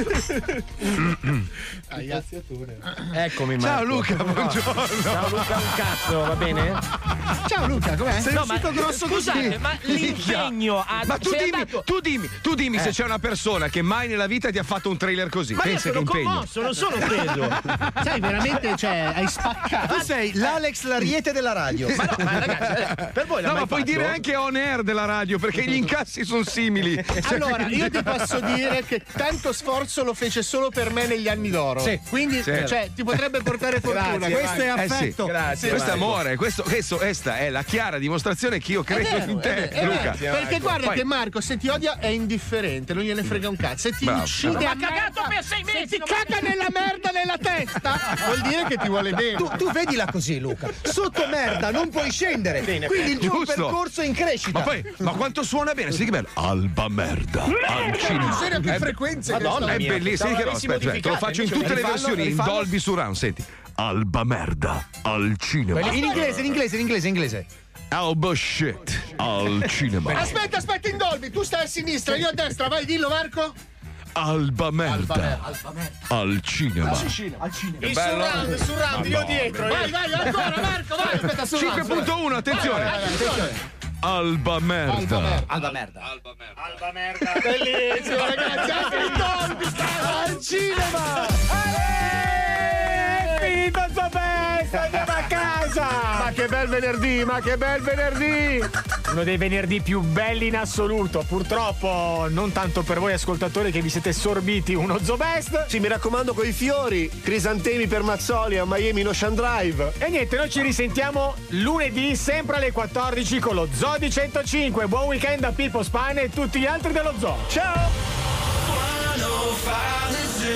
Eccomi, ciao Luca, buongiorno. Ciao Luca, un cazzo, va bene? Ciao Luca, com'è? Sei uscito grosso così. Scusate, ma l'impegno Ma tu dimmi se c'è una persona che mai nella vita ti ha fatto un trailer così. Ma pensa io che sono impegno. commosso, non sono preso. Sai, veramente, hai spaccato. Tu sei l'Alex Lariete della radio. Ma no, ma ragazzi, per voi No, ma puoi dire anche on air della radio, perché gli incassi sono simili. Allora, io ti posso dire che tanto sforzo lo fece solo per me negli anni d'oro. Sì. Quindi, cioè, ti potrebbe portare fortuna. Grazie, questo è affetto. Sì. Grazie, questo è Marco. amore, questa è la chiara dimostrazione che io credo in te, Luca. Perché guarda che Marco, se ti odia è indifferente, non gliene frega un cazzo. Se ti uccide Ma ha cagato per 6 mesi. se ti caga nella merda nella testa, vuol dire che ti vuole bene. Tu vedila così, Luca. Sotto merda non puoi scendere. Quindi il tuo Giusto. percorso è in crescita. Ma quanto suona bene, sì che bello. Alba merda al cinema. Serio, che frequenze che Madonna È mia, bellissimo. pensavo Aspetta, l'avessi te lo faccio in tutte le Rifallo, versioni, in rifallo. Dolby Surround, senti. Alba merda al cinema. In inglese. Alba shit al cinema. Aspetta, in Dolby, tu stai a sinistra, io a destra, vai, dillo Marco. Alba merda. Al cinema. Al cinema. Il surround, io dietro. Vai, ancora, Marco, vai. Aspetta, surround. 5.1, attenzione. Alba merda. Alba merda. Bellissimo, ragazzi. Al cinema. Finito il suo best, andiamo a casa! Ma che bel venerdì, Uno dei venerdì più belli in assoluto. Purtroppo non tanto per voi ascoltatori che vi siete sorbiti uno Zobest. Sì, mi raccomando coi fiori, crisantemi per Mazzoli a Miami in Ocean Drive. E niente, noi ci risentiamo lunedì sempre alle 14 con lo Zoo di 105. Buon weekend a Pippo Spine e tutti gli altri dello Zoo. Ciao!